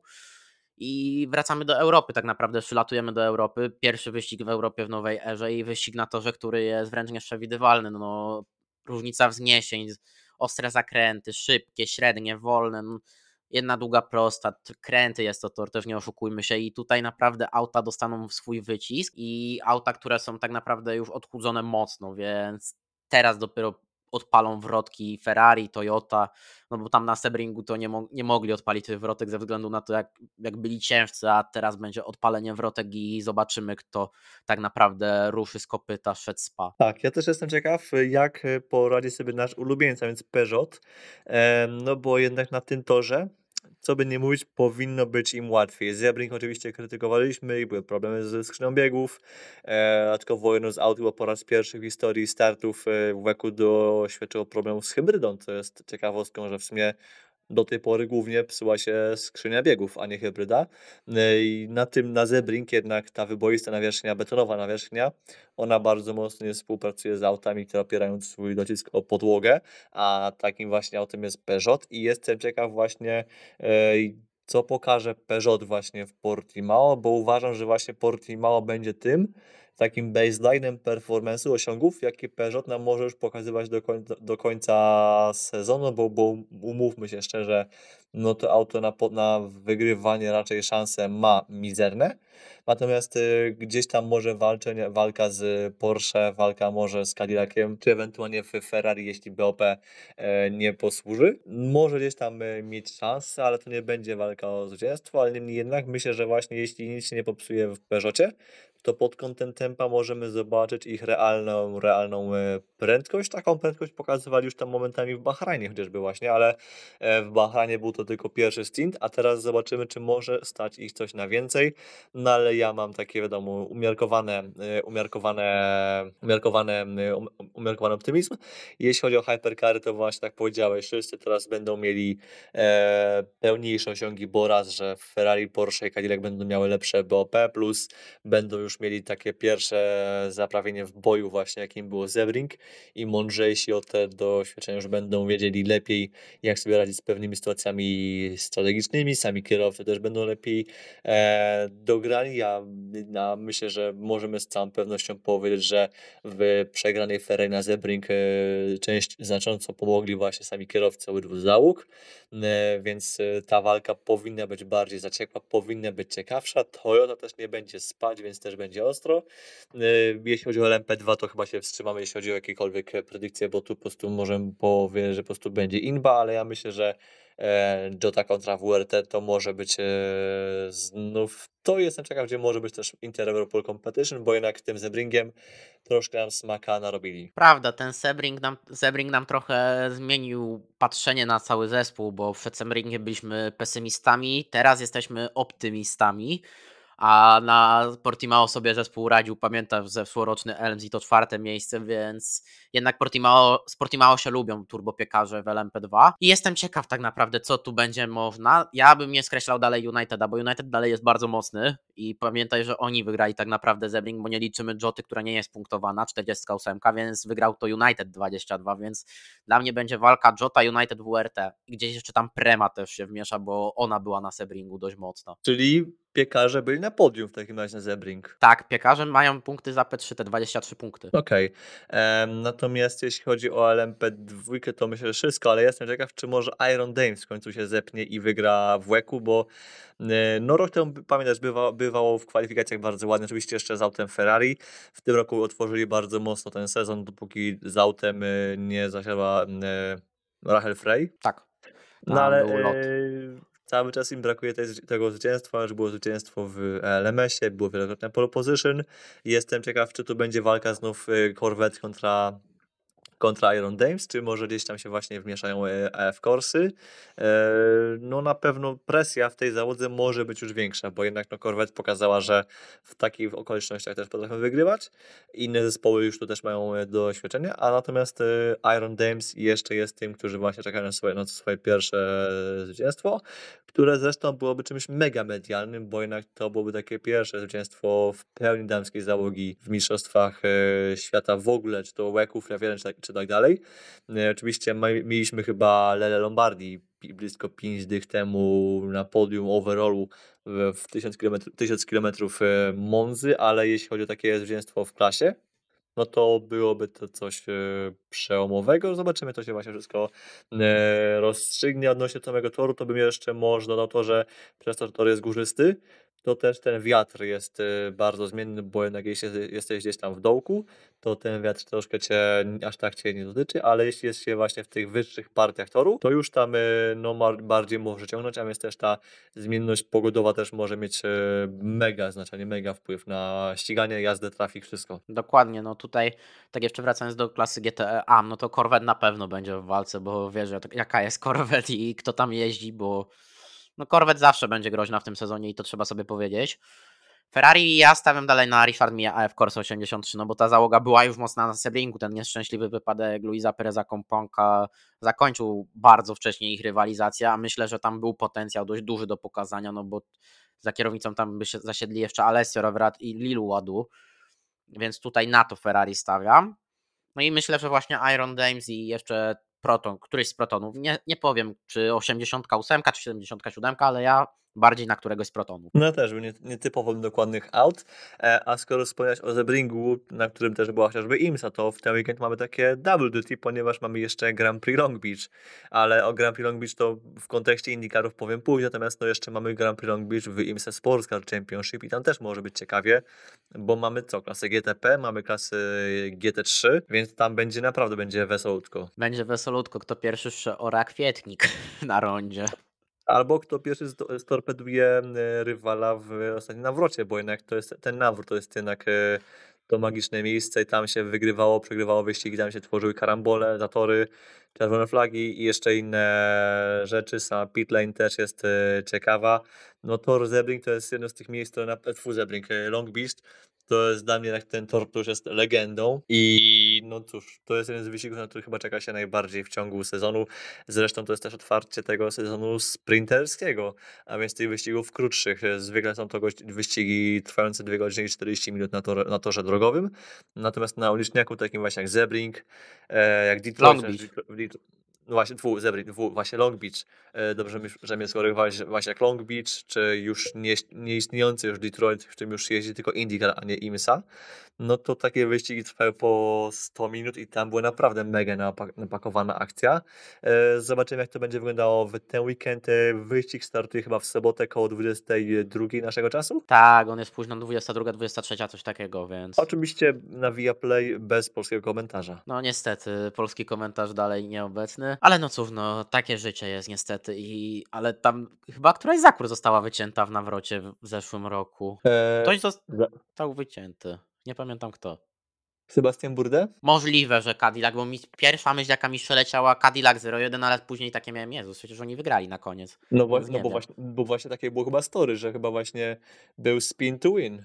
I wracamy do Europy, tak naprawdę przylatujemy do Europy. Pierwszy wyścig w Europie w nowej erze i wyścig na torze, który jest wręcz nieprzewidywalny. No, różnica wzniesień, ostre zakręty, szybkie, średnie, wolne. No, jedna długa prosta, t- kręty jest to tor, też nie oszukujmy się i tutaj naprawdę auta dostaną swój wycisk i auta, które są tak naprawdę już odchudzone mocno, więc teraz dopiero odpalą wrotki Ferrari, Toyota, no bo tam na Sebringu to nie, mo- nie mogli odpalić tych wrotek ze względu na to, jak, jak byli ciężcy, a teraz będzie odpalenie wrotek i zobaczymy, kto tak naprawdę ruszy z kopyta, szedł spa. Tak, ja też jestem ciekaw, jak e, poradzi sobie nasz ulubieńca, a więc Peugeot. Em, no bo jednak na tym torze, co by nie mówić, powinno być im łatwiej. Sebring oczywiście krytykowaliśmy i były problemy ze skrzynią biegów. E, aczkolwiek jedno z aut chyba po raz pierwszy w historii startów e, w łeku doświadczyło problemów z hybrydą, co jest ciekawostką, że w sumie do tej pory głównie psuła się skrzynia biegów, a nie hybryda. E, I na tym, na Sebring jednak ta wyboista nawierzchnia, betonowa nawierzchnia, ona bardzo mocno nie współpracuje z autami, które opierają swój docisk o podłogę, a takim właśnie autem jest Peugeot i jestem ciekaw właśnie, e, co pokaże Peugeot właśnie w Portimao, bo uważam, że właśnie Portimao będzie tym, takim baseline'em performance'u, osiągów, jakie Peugeot nam może już pokazywać do końca, do końca sezonu, bo, bo umówmy się szczerze, no to auto na, po- na wygrywanie raczej szanse ma mizerne, natomiast y, gdzieś tam może walczenie, walka z Porsche, walka może z Cadillaciem, czy ewentualnie w Ferrari, jeśli B O P e, nie posłuży. Może gdzieś tam e, mieć szansę, ale to nie będzie walka o zwycięstwo, ale niemniej jednak myślę, że właśnie jeśli nic się nie popsuje w Peugeocie, to pod kątem tempa możemy zobaczyć ich realną, realną e, prędkość. Taką prędkość pokazywali już tam momentami w Bahrajnie chociażby właśnie, ale e, w Bahrajnie był to tylko pierwszy stint, a teraz zobaczymy, czy może stać ich coś na więcej. No ale ja mam takie, wiadomo, umiarkowane, e, umiarkowane, umiarkowane, e, um- umiarkowany optymizm. Jeśli chodzi o hypercary, to właśnie tak powiedziałeś, wszyscy teraz będą mieli e, pełniejsze osiągi, bo raz, że Ferrari, Porsche i Cadillac będą miały lepsze B O P, plus będą już mieli takie pierwsze zaprawienie w boju właśnie, jakim było Sebring i mądrzejsi o te doświadczenia już będą wiedzieli lepiej, jak sobie radzić z pewnymi sytuacjami strategicznymi, sami kierowcy też będą lepiej e, dograni. Ja na, myślę, że możemy z całą pewnością powiedzieć, że w przegranej Ferrari na Sebring e, część znacząco pomogli właśnie sami kierowcy obydwu załóg, e, więc e, ta walka powinna być bardziej zaciekła, powinna być ciekawsza. Toyota też nie będzie spać, więc też będzie ostro. E, Jeśli chodzi o L M P dwa, to chyba się wstrzymamy, jeśli chodzi o jakiekolwiek e, predykcje, bo tu po prostu możemy powiedzieć, że po prostu będzie inba, ale ja myślę, że e, Jota kontra W R T to może być e, znów, to jestem ciekaw, gdzie może być też Inter-Europol Competition, bo jednak tym Sebringiem troszkę nam smaka narobili. Prawda, ten Sebring nam, Sebring nam trochę zmienił patrzenie na cały zespół, bo przed Sebringiem byliśmy pesymistami, teraz jesteśmy optymistami, a na Portimao sobie zespół radził, pamiętasz, zeszłoroczny Elms i to czwarte miejsce, więc jednak Portimao, z Portimao się lubią turbopiekarze w L M P dwa i jestem ciekaw tak naprawdę, co tu będzie można. Ja bym nie skreślał dalej Uniteda, bo United dalej jest bardzo mocny i pamiętaj, że oni wygrali tak naprawdę Sebring, bo nie liczymy Joty, która nie jest punktowana, czterdzieści osiem, więc wygrał to United dwadzieścia dwa, więc dla mnie będzie walka Jota, United, W R T. I gdzieś jeszcze tam Prema też się wmiesza, bo ona była na Sebringu dość mocno. Czyli piekarze byli na podium w takim razie na Sebring. Tak, piekarze mają punkty za P trzy, te dwadzieścia trzy punkty. Okej. Em, Natomiast jeśli chodzi o L M P dwa, to myślę, że wszystko, ale jestem ciekaw, czy może Iron Dames w końcu się zepnie i wygra w łeku, bo e, no rok temu, pamiętasz, bywa, bywało w kwalifikacjach bardzo ładnie, oczywiście jeszcze z autem Ferrari. W tym roku otworzyli bardzo mocno ten sezon, dopóki z autem e, nie zasiadła e, Rachel Frey. Tak, No tam ale był lot. e, cały czas im brakuje tej, tego zwycięstwa, już było zwycięstwo w L M S ie, było wielokrotne pole position. Jestem ciekaw, czy tu będzie walka znów e, Corvette kontra kontra Iron Dames, czy może gdzieś tam się właśnie wmieszają e, A F Corsy. E, No na pewno presja w tej załodze może być już większa, bo jednak no Corvette pokazała, że w takich okolicznościach też potrafią wygrywać. Inne zespoły już tu też mają e, doświadczenie, a natomiast e, Iron Dames jeszcze jest tym, którzy właśnie czekają na swoje, na swoje pierwsze zwycięstwo, które zresztą byłoby czymś mega medialnym, bo jednak to byłoby takie pierwsze zwycięstwo w pełni damskiej załogi w mistrzostwach e, świata w ogóle, czy to łeków, F jeden, czy, tak- czy tak dalej. E, oczywiście ma, mieliśmy chyba Lele Lombardi pi- blisko pięć dych temu na podium overallu w, w tysiąc kilometrów, tysiąc kilometrów e, Monzy, ale jeśli chodzi o takie zwycięstwo w klasie, no to byłoby to coś e, przełomowego. Zobaczymy, to się właśnie wszystko e, rozstrzygnie. Odnośnie samego toru, to bym jeszcze może dodał to, że przez to, że tor jest górzysty, to też ten wiatr jest e, bardzo zmienny, bo jednak jeśli jest- jesteś gdzieś tam w dołku, to ten wiatr troszkę cię, aż tak cię nie dotyczy, ale jeśli jest się właśnie w tych wyższych partiach toru, to już tam e, no, mar- bardziej może ciągnąć, a więc też ta zmienność pogodowa też może mieć e, mega znaczenie, mega wpływ na ściganie, jazdę, trafik, wszystko. Dokładnie, no tutaj, tak jeszcze wracając do klasy G T E A, no to Corvette na pewno będzie w walce, bo wiesz, jak- jaka jest Corvette i kto tam jeździ, bo no Corvette zawsze będzie groźna w tym sezonie i to trzeba sobie powiedzieć. Ferrari ja stawiam dalej na Richard Mille A F Corse osiemdziesiąt trzy, no bo ta załoga była już mocna na Sebringu, ten nieszczęśliwy wypadek Luisa Pereza Companka zakończył bardzo wcześnie ich rywalizację, a myślę, że tam był potencjał dość duży do pokazania, no bo za kierownicą tam by się zasiedli jeszcze Alessio Rovera i Lilu Ładu, więc tutaj na to Ferrari stawiam. No i myślę, że właśnie Iron Dames i jeszcze Proton, któryś z Protonów, nie, nie powiem czy osiemdziesiąt osiem czy siedemdziesiąt siedem, ale ja bardziej na któregoś z protonów. No też, nie, nietypowo dokładnych aut, e, a skoro wspomniałeś o Sebringu, na którym też była chociażby IMSA, to w ten weekend mamy takie double duty, ponieważ mamy jeszcze Grand Prix Long Beach, ale o Grand Prix Long Beach to w kontekście IndyCarów powiem później, natomiast no jeszcze mamy Grand Prix Long Beach w IMSA Sports Car Championship i tam też może być ciekawie, bo mamy co, klasę G T P, mamy klasę G T trzy, więc tam będzie naprawdę będzie wesołutko. Będzie wesolutko, kto pierwszy ora kwietnik na rondzie. Albo kto pierwszy sto- storpeduje e, rywala w ostatnim nawrocie, bo jednak to jest ten nawrót, to jest jednak e, to magiczne miejsce i tam się wygrywało, przegrywało wyścigi, tam się tworzyły karambole, zatory, czerwone flagi i jeszcze inne rzeczy. Sama pit lane też jest e, ciekawa. No tor Sebring to jest jedno z tych miejsc, które na Fu Sebring, e, Long Beach, to jest dla mnie jak ten tor, to już jest legendą i no cóż, to jest jeden z wyścigów, na który chyba czeka się najbardziej w ciągu sezonu. Zresztą to jest też otwarcie tego sezonu sprinterskiego, a więc tych wyścigów krótszych. Zwykle są to gość- wyścigi trwające dwie godziny i czterdzieści minut na, tor, na torze drogowym. Natomiast na uliczniaku takim właśnie jak Sebring, e, jak Detroit, Long też Beach. Detro- Detro- no właśnie, dwu, Sebring, dwu, właśnie Long Beach. E, dobrze, mi- że mnie skorygowałeś, że właśnie jak Long Beach, czy już nie, nieistniejący już Detroit, w którym już jeździ tylko IndyCar, a nie IMSA. No to takie wyścigi trwały po sto minut i tam była naprawdę mega napa- napakowana akcja. E, Zobaczymy, jak to będzie wyglądało w ten weekend. E, Wyścig startuje chyba w sobotę koło dwudziestej drugiej naszego czasu. Tak, on jest późno dwudziesta druga, dwudziesta trzecia, coś takiego, więc... Oczywiście na Viaplay bez polskiego komentarza. No niestety, polski komentarz dalej nieobecny, ale no cóż, no takie życie jest niestety i... Ale tam chyba któraś z akur została wycięta w nawrocie w w zeszłym roku. E, Ktoś za- został wycięty, nie pamiętam kto. Sebastian Bourdais? Możliwe, że Cadillac, bo mi pierwsza myśl jaka mi przeleciała Cadillac zero jeden, ale później takie miałem, Jezus, przecież oni wygrali na koniec, No, więc właśnie, no nie bo, wiem. właśnie, bo właśnie takie było chyba story, że chyba właśnie był spin to win.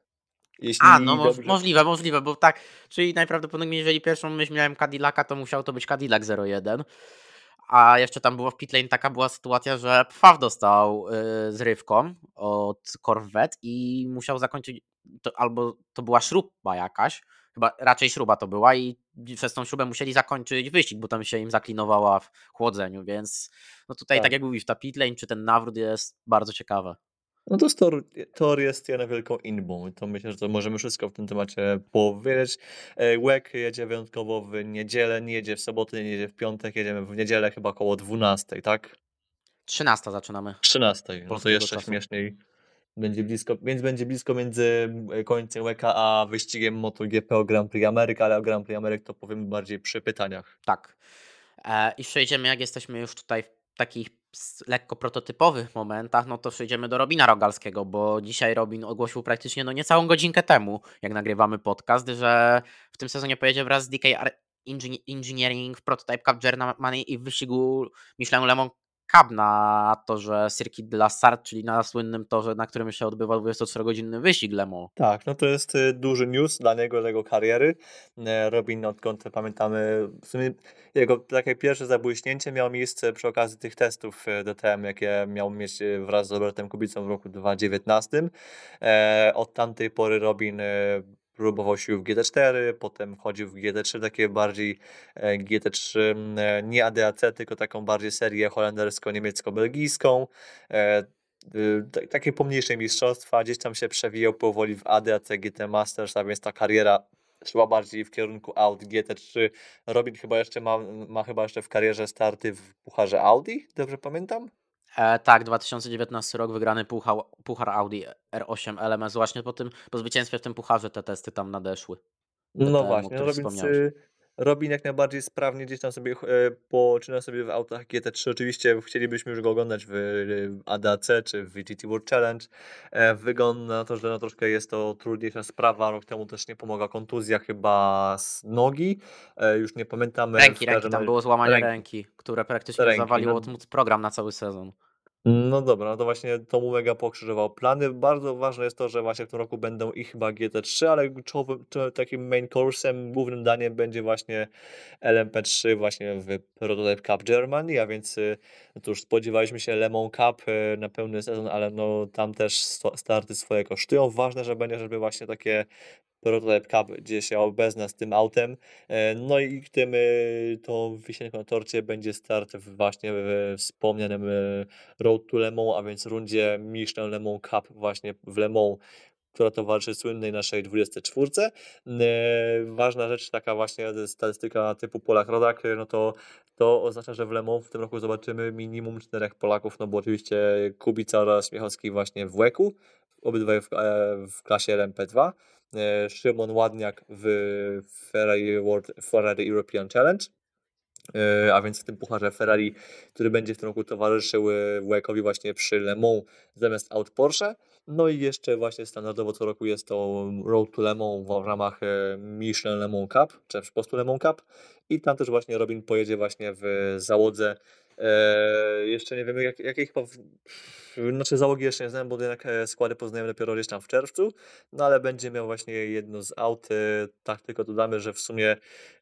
A, no Jeśli moż, dobrze. możliwe, możliwe, bo tak, czyli najprawdopodobniej, jeżeli pierwszą myśl miałem Cadillaca, to musiał to być Cadillac zero jeden. A jeszcze tam było w pitlane taka była sytuacja, że Pfaff dostał y, zrywką od Corvette i musiał zakończyć, to, albo to była śruba jakaś, chyba raczej śruba to była i przez tą śrubę musieli zakończyć wyścig, bo tam się im zaklinowała w chłodzeniu, więc no tutaj tak Tak. jak mówisz, ta pitlane czy ten nawrót jest bardzo ciekawe. No to Tor, Tor jest jedną wielką inbą. To myślę, że to możemy wszystko w tym temacie powiedzieć. E, Łek jedzie wyjątkowo w niedzielę, nie jedzie w sobotę, nie jedzie w piątek, jedziemy w niedzielę chyba około dwunastej, tak? trzynasta zaczynamy trzynastej. No to polskiego jeszcze czasu. śmieszniej. Będzie blisko, więc będzie blisko między e, końcem Łeka a wyścigiem MotoGP o Grand Prix Ameryka, ale o Grand Prix Ameryk to powiem bardziej przy pytaniach. Tak. E, I przejdziemy, jak jesteśmy już tutaj w takich s- lekko prototypowych momentach, no to przejdziemy do Robina Rogalskiego, bo dzisiaj Robin ogłosił praktycznie no niecałą godzinkę temu, jak nagrywamy podcast, że w tym sezonie pojedzie wraz z D K R Engin- Engineering w Prototype Cup Germany i w wyścigu Michelin Le Mans Cup na torze Circuit de la Sarthe, czyli na słynnym torze, na którym się odbywa dwudziestoczterogodzinny wyścig Le Mans. Tak, no to jest y, duży news dla niego, dla jego kariery. E, Robin, odkąd pamiętamy, w sumie jego takie pierwsze zabłyśnięcie miało miejsce przy okazji tych testów e, D T M, jakie miał mieć e, wraz z Robertem Kubicą w roku dwa tysiące dziewiętnastym. E, Od tamtej pory Robin e, próbował sił w G T cztery, potem wchodził w G T trzy, takie bardziej e, G T trzy, m, e, nie A D A C, tylko taką bardziej serię holendersko-niemiecko-belgijską. E, y, ta- takie pomniejsze mistrzostwa, gdzieś tam się przewijał powoli w A D A C G T Masters, a więc ta kariera szła bardziej w kierunku Audi G T trzy. Robin chyba jeszcze ma, ma chyba jeszcze w karierze starty w Pucharze Audi, dobrze pamiętam? E, tak, dwa tysiące dziewiętnasty rok, wygrany puchar, puchar Audi R osiem L M S. Właśnie po tym, po zwycięstwie w tym pucharze te testy tam nadeszły. No D T M, o właśnie, no których Robin, wspomniałeś. y, Robin jak najbardziej sprawnie gdzieś tam sobie e, poczyna sobie w autach G T trzy. Oczywiście chcielibyśmy już go oglądać w y, A D A C czy w G T World Challenge. E, Wygląda na to, że no troszkę jest to trudniejsza sprawa. Rok temu też nie pomogła kontuzja chyba z nogi. E, Już nie pamiętamy Ręki, w ręki, każdym tam razie. było złamanie Ręki, ręki, które praktycznie ręki. zawaliło No, od program na cały sezon. no dobra, no to właśnie to mu mega pokrzyżował plany. Bardzo ważne jest to, że właśnie w tym roku będą i chyba G T trzy, ale czołowym, czo- takim main coursem, głównym daniem będzie właśnie L M P trzy właśnie w Prototype Cup Germany, a więc y, no to już spodziewaliśmy się Le Mans Cup y, na pełny sezon, ale no tam też sto- starty swoje kosztują. Ważne, że będzie, żeby właśnie takie Prototype Cup, gdzie się obezna z tym autem. E, No i tym, e, tą wisienką na torcie będzie start w właśnie we wspomnianym e, Road to Le Mans, a więc rundzie Michelin Le Mans Cup właśnie w Le Mans, która towarzyszy słynnej naszej dwudziestej czwórce. E, ważna rzecz, taka właśnie statystyka typu Polak Rodak, no to to oznacza, że w Le Mans w tym roku zobaczymy minimum czterech Polaków, no bo oczywiście Kubica oraz Miechowski właśnie w łeku, obydwaj w, e, w klasie L M P dwa. e, Szymon Ładniak w Ferrari, World, Ferrari European Challenge, e, a więc w tym pucharze Ferrari, który będzie w tym roku towarzyszył e, Łykowi właśnie przy Le Mans zamiast aut Porsche. No i jeszcze właśnie standardowo co roku jest to Road to Le Mans w ramach e, Michelin Le Mans Cup, czy po prostu Le Mans Cup. I tam też właśnie Robin pojedzie właśnie w załodze. E, jeszcze nie wiemy jak, jakiej chyba w, znaczy załogi jeszcze nie znam, bo jednak e, składy poznajemy dopiero gdzieś tam w czerwcu, no ale będzie miał właśnie jedno z aut. e, Tak tylko dodamy, że w sumie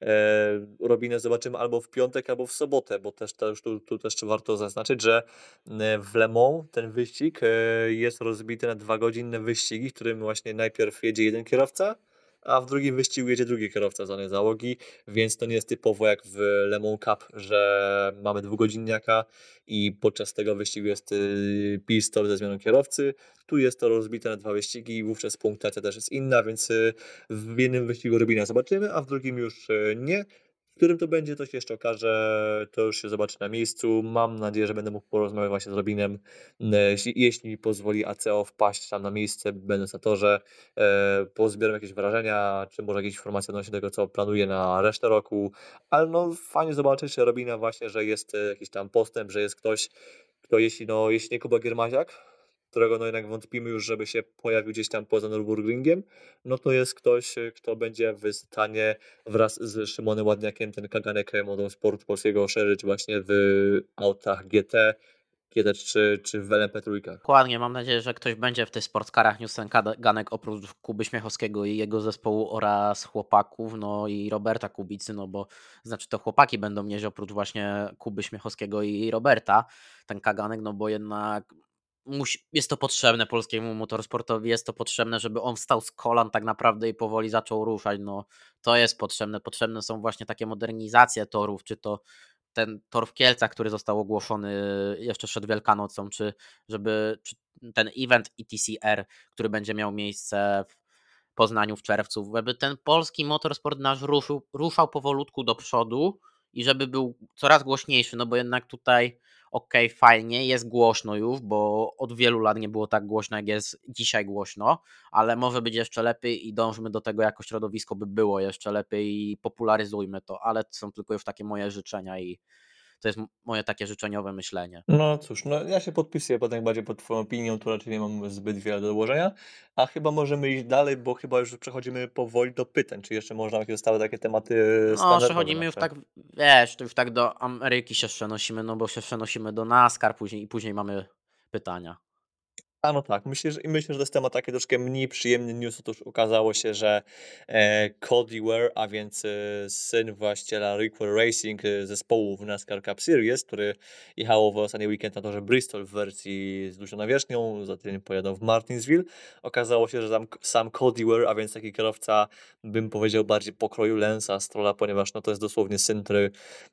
e, Robinę zobaczymy albo w piątek, albo w sobotę, bo też to już tu, tu też warto zaznaczyć, że e, w Le Mans ten wyścig e, jest rozbity na dwa godzinne wyścigi, w którym właśnie najpierw jedzie jeden kierowca, a w drugim wyścigu jedzie drugi kierowca z danej załogi, więc to nie jest typowo jak w Le Mans Cup, że mamy dwugodzinniaka i podczas tego wyścigu jest y, pit stop ze zmianą kierowcy. Tu jest to rozbite na dwa wyścigi i wówczas punktacja też jest inna, więc y, w jednym wyścigu Robina zobaczymy, a w drugim już y, nie. W którym to będzie, to się jeszcze okaże, to już się zobaczy na miejscu. Mam nadzieję, że będę mógł porozmawiać właśnie z Robinem, e, jeśli, jeśli mi pozwoli A C O wpaść tam na miejsce, będąc na torze, e, pozbieram jakieś wrażenia, czy może jakieś informacje odnośnie tego, co planuję na resztę roku, ale no fajnie zobaczyć Robina właśnie, że jest e, jakiś tam postęp, że jest ktoś, kto jeśli, no, jeśli nie Kuba Giermaziak, którego no jednak wątpimy już, żeby się pojawił gdzieś tam poza Nürburgringiem, no to jest ktoś, e, kto będzie w stanie wraz z Szymonem Ładniakiem ten kaganek motorsportu polskiego szerzyć właśnie w autach G T, G T trzy czy w L M P trzy. Dokładnie, mam nadzieję, że ktoś będzie w tych sportskarach Newsen Ganek oprócz Kuby Śmiechowskiego i jego zespołu oraz chłopaków, no i Roberta Kubicy, no bo znaczy to chłopaki będą nieść oprócz właśnie Kuby Śmiechowskiego i Roberta ten kaganek, no bo jednak musi, jest to potrzebne polskiemu motorsportowi, jest to potrzebne, żeby on wstał z kolan tak naprawdę i powoli zaczął ruszać, no to jest potrzebne, potrzebne są właśnie takie modernizacje torów, czy to ten tor w Kielcach, który został ogłoszony jeszcze przed Wielkanocą, czy żeby czy ten event E T C R, który będzie miał miejsce w Poznaniu w czerwcu, żeby ten polski motorsport nasz ruszył, ruszał powolutku do przodu i żeby był coraz głośniejszy, no bo jednak tutaj okej, okay, fajnie, jest głośno już, bo od wielu lat nie było tak głośno, jak jest dzisiaj głośno, ale może być jeszcze lepiej i dążmy do tego, jako środowisko by było jeszcze lepiej i popularyzujmy to, ale to są tylko już takie moje życzenia i to jest moje takie życzeniowe myślenie. No cóż, no ja się podpisuję potem jak bardziej pod twoją opinią, tu raczej nie mam zbyt wiele do dołożenia, a chyba możemy iść dalej, bo chyba już przechodzimy powoli do pytań, czy jeszcze można jakieś zostały takie tematy No, standardowe przechodzimy już nasze? tak, wiesz, to już tak do Ameryki się przenosimy, no bo się przenosimy do NASCAR później i później mamy pytania. A no tak, myślę, że, i myślę, że to jest temat taki troszkę mniej przyjemny news. Otóż okazało się, że e, Cody Ware, a więc e, syn właściciela Rickwell Racing, e, zespołu w NASCAR Cup Series, który jechał w ostatni weekend na torze Bristol w wersji z dużą nawierzchnią, za tydzień pojadą w Martinsville. Okazało się, że tam k- sam Cody Ware, a więc taki kierowca, bym powiedział bardziej pokroju Lensa Strolla, ponieważ no, to jest dosłownie syn, który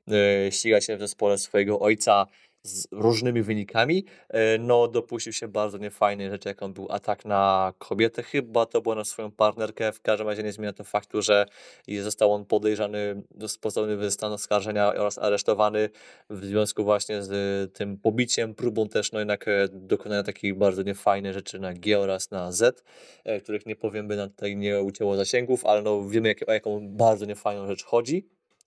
e, ściga się w zespole swojego ojca z różnymi wynikami, e, no dopuścił się bardzo niefajnej rzeczy, jaką był atak na kobietę. Chyba to było na swoją partnerkę. W każdym razie nie zmienia to faktu, że został on podejrzany, pozbawiony ze stanu oskarżenia oraz aresztowany w związku właśnie z tym pobiciem, próbą też no jednak e, dokonania takiej bardzo niefajnej rzeczy na G oraz na Z, e, których nie powiem, by na tutaj nie ucięło zasięgów, ale no wiemy jak, o jaką bardzo niefajną rzecz chodzi.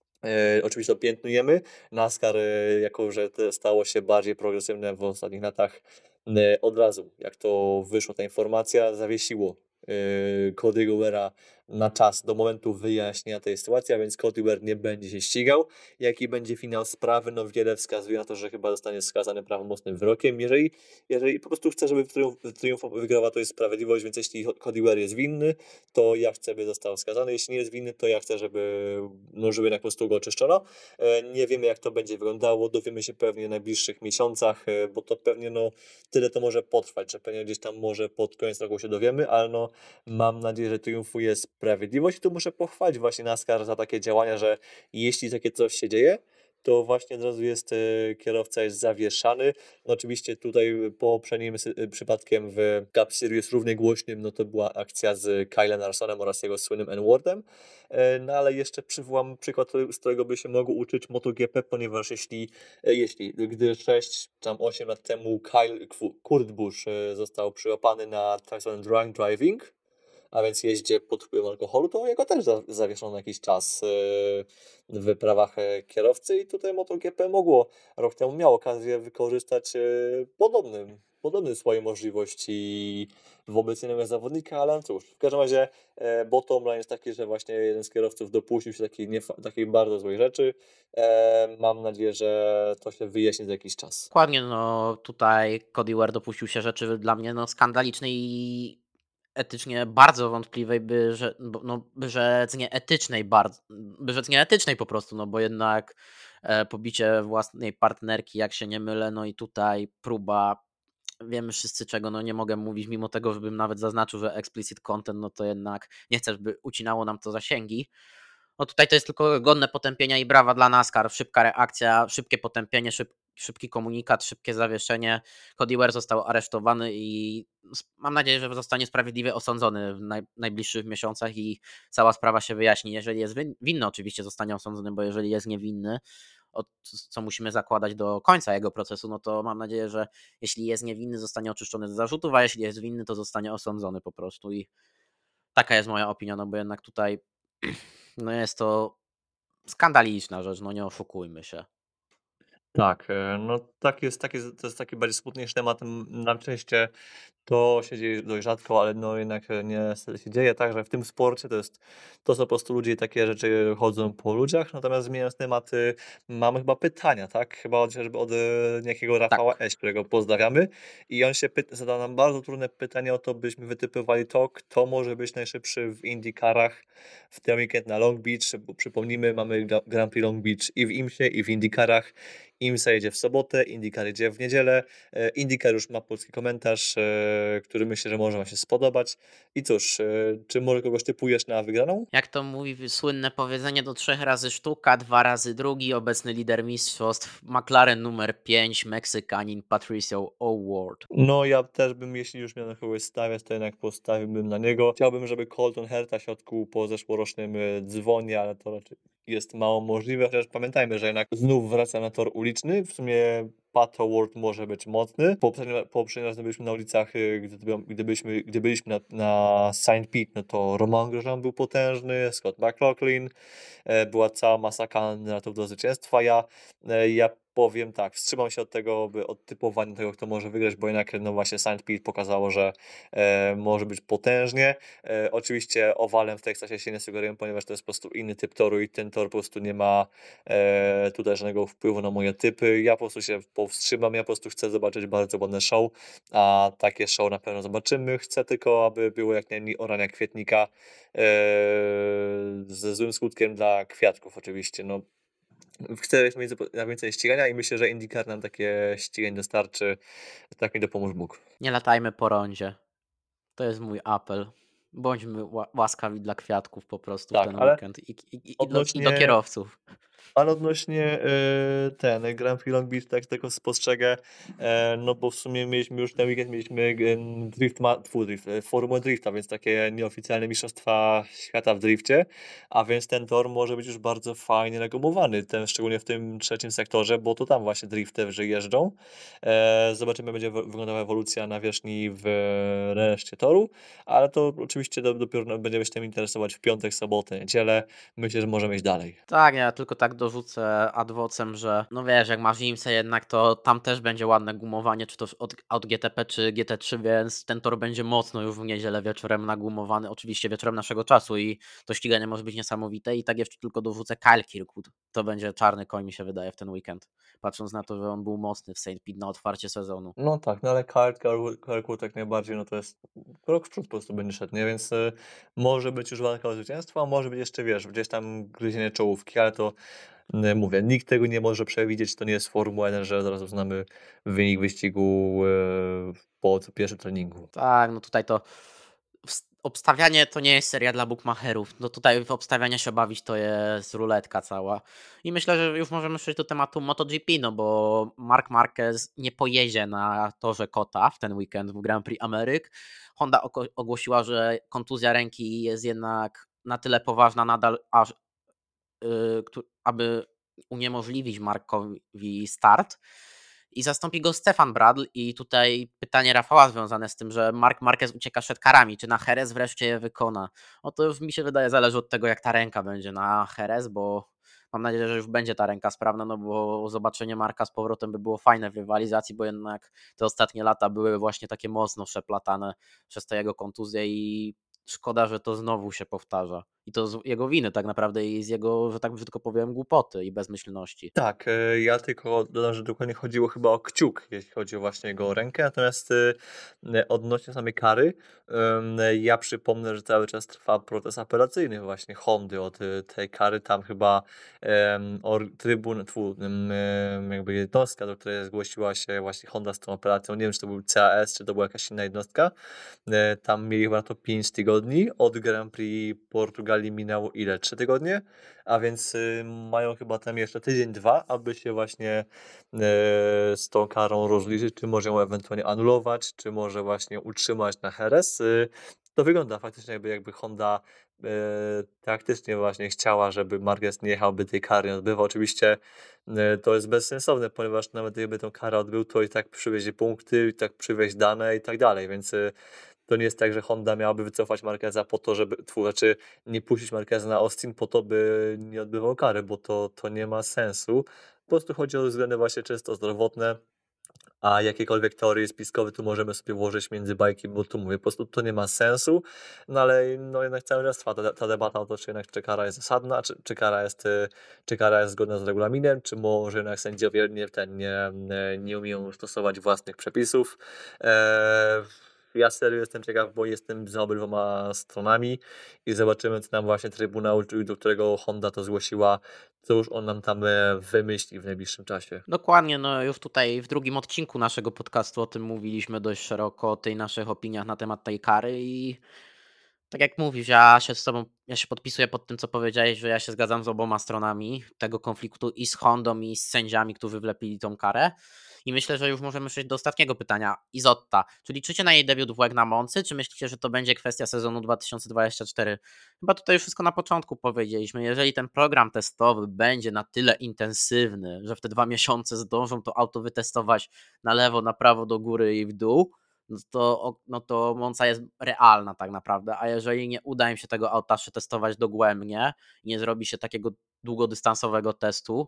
E, oczywiście to piętnujemy. NASCAR, e, jako że to stało się bardziej progresywne w ostatnich latach, e, od razu, jak to wyszła ta informacja, zawiesiło e, Cody'ego Ware'a na czas do momentu wyjaśnienia tej sytuacji, a więc Cody Ware nie będzie się ścigał. Jaki będzie finał sprawy? No wiele wskazuje na to, że chyba zostanie skazany prawomocnym wyrokiem. Jeżeli, jeżeli po prostu chce, żeby triumf, triumf wygrała, to jest sprawiedliwość, więc jeśli Cody Ware jest winny, to ja chcę, by został skazany. Jeśli nie jest winny, to ja chcę, żeby, no, żeby jednak po prostu go oczyszczono. E, Nie wiemy, jak to będzie wyglądało. Dowiemy się pewnie w najbliższych miesiącach, e, bo to pewnie no, tyle to może potrwać, że pewnie gdzieś tam może pod koniec roku się dowiemy, ale no, mam nadzieję, że triumfuje z sprawiedliwość. I tu muszę pochwalić właśnie NASCAR za takie działania, że jeśli takie coś się dzieje, to właśnie od razu jest e, kierowca jest zawieszany. No oczywiście tutaj poprzednim sy- przypadkiem w Cup Series równie głośnym, no to była akcja z Kylem Larsonem oraz jego słynnym N-wordem. E, No ale jeszcze przywołam przykład, który- z którego by się mogło uczyć MotoGP, ponieważ jeśli, e, jeśli gdy sześć tam osiem lat temu Kyle, Kwu- Kurt Busch e, został przyłapany na tak zwanym drunk driving, a więc jeździe pod wpływem alkoholu, to jego też za- zawieszono na jakiś czas e, w prawach e, kierowcy i tutaj MotoGP mogło, rok temu miał okazję wykorzystać e, podobnym, podobne swoje możliwości wobec innego zawodnika, ale no cóż, w każdym razie e, bottom line jest taki, że właśnie jeden z kierowców dopuścił się takiej, niefa- takiej bardzo złej rzeczy. E, mam nadzieję, że to się wyjaśni za jakiś czas. Dokładnie, no tutaj Cody Ware dopuścił się rzeczy dla mnie no, skandalicznej i etycznie bardzo wątpliwej, by, że, bo- no, by rzec nieetycznej bardzo, by rzec nieetycznej po prostu, no bo jednak e, pobicie własnej partnerki, jak się nie mylę, no i tutaj próba, wiemy wszyscy czego, no nie mogę mówić, mimo tego, żebym nawet zaznaczył, że explicit content, no to jednak nie chcę, żeby ucinało nam to zasięgi. No tutaj to jest tylko godne potępienia i brawa dla NASCAR. Szybka reakcja, szybkie potępienie, szyb, szybki komunikat, szybkie zawieszenie. Cody Ware został aresztowany i mam nadzieję, że zostanie sprawiedliwie osądzony w naj, najbliższych miesiącach i cała sprawa się wyjaśni. Jeżeli jest winny, oczywiście zostanie osądzony, bo jeżeli jest niewinny, od, co musimy zakładać do końca jego procesu, no to mam nadzieję, że jeśli jest niewinny, zostanie oczyszczony z zarzutów, a jeśli jest winny, to zostanie osądzony po prostu i taka jest moja opinia, no bo jednak tutaj no jest to skandaliczna rzecz, no nie oszukujmy się. Tak, e, no tak jest, tak jest, to jest taki bardziej smutniejszy temat. m, Na szczęście to się dzieje dość rzadko, ale no jednak e, niestety się dzieje tak, że w tym sporcie to jest, to są po prostu ludzie i takie rzeczy chodzą po ludziach. Natomiast zmieniając tematy, mamy chyba pytania, tak? Chyba chociażby od e, niejakiego Rafała Tak, Eś, którego pozdrawiamy. I on się pyta, zadał nam bardzo trudne pytanie o to, byśmy wytypowali to, kto może być najszybszy w IndyCarach w ten weekend na Long Beach, bo przypomnijmy, mamy Gra- Grand Prix Long Beach i w IMSie, i w IndyCarach. IMSA jedzie w sobotę, IndyCar jedzie w niedzielę. E, IndyCar już ma polski komentarz, e, który myślę, że może Wam się spodobać. I cóż, e, czy może kogoś typujesz na wygraną? jak to mówi słynne powiedzenie, do trzech razy sztuka, dwa razy drugi, obecny lider mistrzostw, McLaren numer pięć, Meksykanin Patricio O'Ward. No, ja też bym, jeśli już miał na kogoś stawiać, to jednak postawiłbym na niego. Chciałbym, żeby Colton Herta siodł po zeszłorocznym e, dzwonie, ale to raczej jest mało możliwe, chociaż pamiętajmy, że jednak znów wraca na tor uliczny. W sumie Pat Award może być mocny. Poprzednio, poprzednio raz byliśmy na ulicach, e, gdy, gdy, byliśmy, gdy byliśmy na, na Saint Pete, no to Romain Grosjean był potężny, Scott McLaughlin, e, była cała masa kandydatów do zwycięstwa. Ja, e, ja powiem tak, wstrzymam się od tego, by od typowania tego, kto może wygrać, bo jednak no właśnie Saint Pete pokazało, że e, może być potężnie. E, oczywiście owalem w Teksasie się nie sugeruję, ponieważ to jest po prostu inny typ toru i ten tor po prostu nie ma e, tutaj żadnego wpływu na moje typy. Ja po prostu się powstrzymam, ja po prostu chcę zobaczyć bardzo ładne show, a takie show na pewno zobaczymy. Chcę tylko, aby było jak najmniej orania kwietnika e, ze złym skutkiem dla kwiatków oczywiście. No, chcę mieć na więcej ścigania i myślę, że IndyCar nam takie ściganie dostarczy. Tak mi dopomóż Bóg. Nie latajmy po rondzie. To jest mój apel. Bądźmy ła- łaskawi dla kwiatków po prostu w Tak, ten ale weekend i, i, i, do, i do odnośnie kierowców. Ale odnośnie y, ten Grand Prix Long Beach, tak tego spostrzegę, e, no bo w sumie mieliśmy już ten weekend mieliśmy em, drift, ma, tfu, drift, e, Formułę Drifta, więc takie nieoficjalne mistrzostwa świata w drifcie, a więc ten tor może być już bardzo fajnie nagumowany, ten, szczególnie w tym trzecim sektorze, bo to tam właśnie drifterzy jeżdżą. E, zobaczymy, jak będzie wy- wyglądała ewolucja nawierzchni w reszcie toru, ale to oczywiście do, dopiero będziemy się tym interesować w piątek, sobotę, niedzielę. Myślę, że możemy iść dalej. Tak, ja tylko tak dorzucę adwocem, że no wiesz, jak masz Imsę jednak, to tam też będzie ładne gumowanie, czy to od, od G T P, czy G T trzy, więc ten tor będzie mocno już w niedzielę wieczorem nagumowany, oczywiście wieczorem naszego czasu i to ściganie może być niesamowite i tak jeszcze tylko dorzucę Kyle Kirkwood. To będzie czarny koń, mi się wydaje, w ten weekend, patrząc na to, że on był mocny w Saint Pete na otwarcie sezonu. No tak, no ale Kurt Kirkwood jak najbardziej, no to jest krok w przód po prostu będzie szedł, nie? Więc y, może być już walka o zwycięstwo, a może być jeszcze, wiesz, gdzieś tam gryzienie czołówki, ale to y, mówię, nikt tego nie może przewidzieć, to nie jest Formuła jeden, że od razu znamy wynik wyścigu y, po pierwszym treningu. Tak, no tutaj to w- obstawianie to nie jest seria dla bookmacherów. No tutaj w obstawiania się bawić to jest ruletka cała. I myślę, że już możemy przejść do tematu MotoGP, no bo Marc Marquez nie pojedzie na torze Kota w ten weekend w Grand Prix Ameryk. Honda oko- ogłosiła, że kontuzja ręki jest jednak na tyle poważna nadal, aż, yy, któ- aby uniemożliwić Markowi start. I zastąpi go Stefan Bradl. I tutaj pytanie Rafała związane z tym, że Marc Marquez ucieka przed karami. Czy na Jerez wreszcie je wykona? O to już mi się wydaje zależy od tego, jak ta ręka będzie na Jerez, bo mam nadzieję, że już będzie ta ręka sprawna, no bo zobaczenie Marka z powrotem by było fajne w rywalizacji, bo jednak te ostatnie lata były właśnie takie mocno przeplatane przez te jego kontuzje i szkoda, że to znowu się powtarza. I to z jego winy tak naprawdę i z jego, że tak brzydko powiem, głupoty i bezmyślności. Tak, e, ja tylko dodam, że dokładnie chodziło chyba o kciuk, jeśli chodzi o właśnie jego rękę, natomiast e, odnośnie samej kary, em, ja przypomnę, że cały czas trwa proces apelacyjny właśnie Hondy od e, tej kary, tam chyba em, or, trybun, tfu, em, em, jakby jednostka, do której zgłosiła się właśnie Honda z tą apelacją, nie wiem, czy to był C A S, czy to była jakaś inna jednostka, e, tam mieli chyba na to pięć tygodni, od Grand Prix Portugalii minęło ile? trzy tygodnie? A więc y, mają chyba tam jeszcze tydzień, dwa, aby się właśnie e, z tą karą rozliczyć, czy może ją ewentualnie anulować, czy może właśnie utrzymać na Jerez. Y, to wygląda faktycznie jakby, jakby Honda e, taktycznie właśnie chciała, żeby Marquez nie jechał, by tej kary nie odbywał. Oczywiście e, to jest bezsensowne, ponieważ nawet gdyby tą karę odbył, to i tak przywiezie punkty, i tak przywieźć dane i tak dalej, więc y, to nie jest tak, że Honda miałaby wycofać Marqueza po to, żeby, tfu, znaczy nie puścić Marqueza na Austin po to, by nie odbywał kary, bo to, to nie ma sensu. Po prostu chodzi o względy właśnie czysto zdrowotne, a jakiekolwiek teorie spiskowe tu możemy sobie włożyć między bajki, bo tu mówię, po prostu to nie ma sensu, no ale no jednak cały czas trwa ta, ta debata o to, czy jednak czy kara jest zasadna, czy, czy, kara jest, y, czy kara jest zgodna z regulaminem, czy może jednak sędziowie nie, ten, nie, nie umieją stosować własnych przepisów. Eee, ja serio jestem ciekaw, bo jestem za obydwoma stronami i zobaczymy, co nam właśnie Trybunał, do którego Honda to zgłosiła, co już on nam tam e, wymyśli w najbliższym czasie. Dokładnie, no już tutaj w drugim odcinku naszego podcastu o tym mówiliśmy dość szeroko, o tych naszych opiniach na temat tej kary i tak jak mówisz, ja się z tobą, ja się podpisuję pod tym, co powiedziałeś, że ja się zgadzam z oboma stronami tego konfliktu i z Hondą, i z sędziami, którzy wlepili tą karę. I myślę, że już możemy przejść do ostatniego pytania. Izotta, czy liczycie na jej debiut w Łek na Moncy, czy myślicie, że to będzie kwestia sezonu dwa tysiące dwudziestego czwartego? Chyba tutaj już wszystko na początku powiedzieliśmy. Jeżeli ten program testowy będzie na tyle intensywny, że w te dwa miesiące zdążą to auto wytestować na lewo, na prawo, do góry i w dół, no to, no to Monza jest realna tak naprawdę, a jeżeli nie uda im się tego auta przetestować dogłębnie i nie zrobi się takiego długodystansowego testu,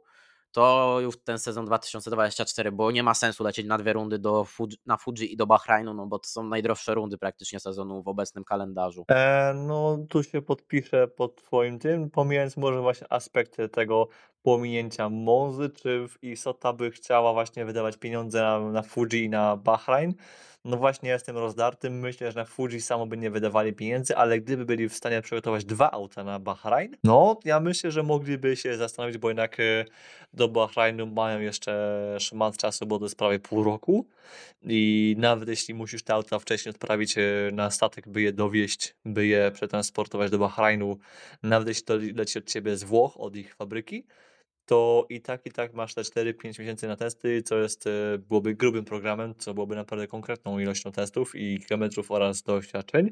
to już ten sezon dwa tysiące dwudziesty czwarty, bo nie ma sensu lecieć na dwie rundy do Fuji, na Fuji i do Bahrajnu, no bo to są najdroższe rundy praktycznie sezonu w obecnym kalendarzu. E, no, tu się podpiszę pod twoim tym, pomijając może właśnie aspekty tego pominięcia Monzy, czy w Isota by chciała właśnie wydawać pieniądze na, na Fuji i na Bahrain. No właśnie jestem rozdartym, myślę, że na Fuji samo by nie wydawali pieniędzy, ale gdyby byli w stanie przygotować dwa auta na Bahrain, no ja myślę, że mogliby się zastanowić, bo jednak e, do Bahrainu mają jeszcze szmat czasu, bo to jest prawie pół roku. I nawet jeśli musisz te auta wcześniej odprawić e, na statek, by je dowieźć, by je przetransportować do Bahrajnu, nawet jeśli to leci od ciebie z Włoch, od ich fabryki, to i tak, i tak masz te cztery pięć miesięcy na testy, co jest, e, byłoby grubym programem, co byłoby naprawdę konkretną ilością testów i kilometrów oraz doświadczeń.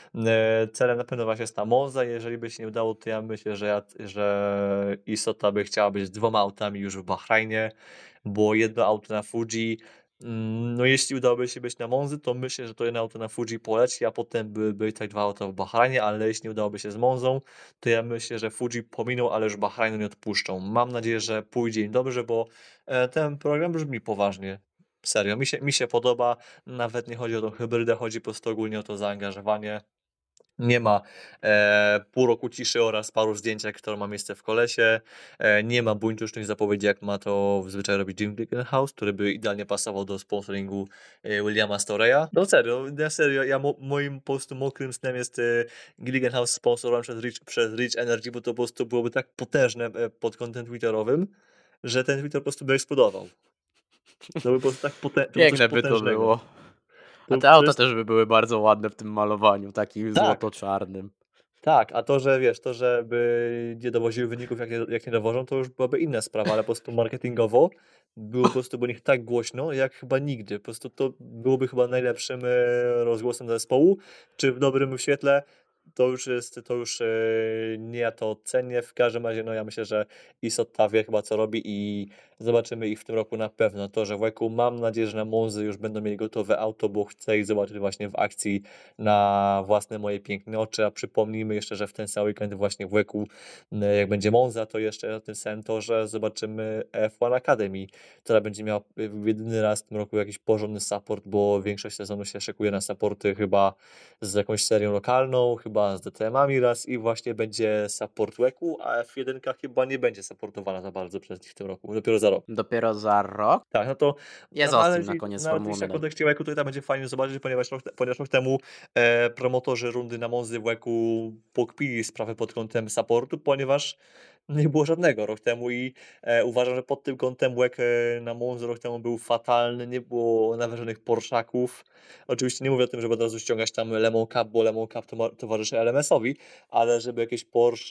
E, Celem na pewno właśnie jest ta Monza. Jeżeli by się nie udało, to ja myślę, że, ja, że Isota by chciała być z dwoma autami już w Bahrajnie, bo jedno auto na Fuji, mm, no jeśli udałoby się być na Monzy, to myślę, że to jedno auto na Fuji poleci, a potem byłyby i tak dwa auta w Bahrajnie, ale jeśli nie udałoby się z Monzą, to ja myślę, że Fuji pominą, ale już Bahrajnu nie odpuszczą. Mam nadzieję, że pójdzie im dobrze, bo e, ten program brzmi poważnie. Serio, mi się, mi się podoba, nawet nie chodzi o tą hybrydę, chodzi po prostu ogólnie o to zaangażowanie. Nie ma e, pół roku ciszy oraz paru zdjęciach, które ma miejsce w kolesie. E, nie ma buńczucznych zapowiedzi, jak ma to w zwyczaju robić Jim Glickenhaus, który by idealnie pasował do sponsoringu e, Williama Storeya. No serio, ja serio, ja mo, moim po prostu mokrym snem jest e, Glickenhaus sponsorowany przez Rich, przez Rich Energy, bo to po prostu byłoby tak potężne e, pod kątem twitterowym, że ten Twitter po prostu by eksplodował. To by po prostu tak pote- to by coś Piękne by to potężnego. było. A To te auta jest też by były bardzo ładne w tym malowaniu, takim tak. złoto-czarnym. Tak, a to, że wiesz, to, żeby nie dowoziły wyników, jak nie, jak nie dowożą, to już byłaby inna sprawa, ale po prostu marketingowo było po prostu o nich tak głośno, jak chyba nigdy. Po prostu to byłoby chyba najlepszym e, rozgłosem zespołu, czy w dobrym świetle. To już jest, to już e, nie ja to cenię. W każdym razie, no ja myślę, że Isotta wie chyba co robi i zobaczymy ich w tym roku na pewno. To, że w Eku mam nadzieję, że na Monzy już będą mieli gotowe auto, bo chcę ich zobaczyć właśnie w akcji na własne moje piękne oczy, a przypomnijmy jeszcze, że w ten cały weekend właśnie w Łeku, jak będzie Monza, to jeszcze na tym samym torze zobaczymy F jeden Academy, która będzie miała jedyny raz w tym roku jakiś porządny support, bo większość sezonu się szykuje na supporty chyba z jakąś serią lokalną, chyba z D T M-ami raz i właśnie będzie support Łeku, a F jeden chyba nie będzie supportowana za bardzo przez nich w tym roku, dopiero za rok. Dopiero za rok Tak, no to jest no, ale, Austin na jeśli- koniec no, ale Formuły jeśli w jeden. kontekście Łeku to i tak będzie fajnie zobaczyć, ponieważ rok, te- ponieważ rok temu e, promotorzy rundy na Monzy w Łeku pokpili sprawę pod kątem supportu, ponieważ nie było żadnego rok temu i e, uważam, że pod tym kątem Łek e, na Monzy rok temu był fatalny, nie było naważonych Porszaków. Oczywiście nie mówię o tym, żeby od razu ściągać tam Lemon Cup, bo Lemon Cup to towarzyszy L M S-owi, ale żeby jakieś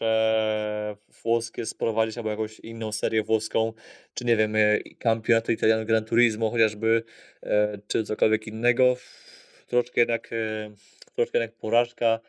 Porsche włoskie sprowadzić albo jakąś inną serię włoską, czy nie wiem, e, Campionato Italiano Gran Turismo chociażby, e, czy cokolwiek innego. Troszkę jednak, e, troszkę jednak porażka.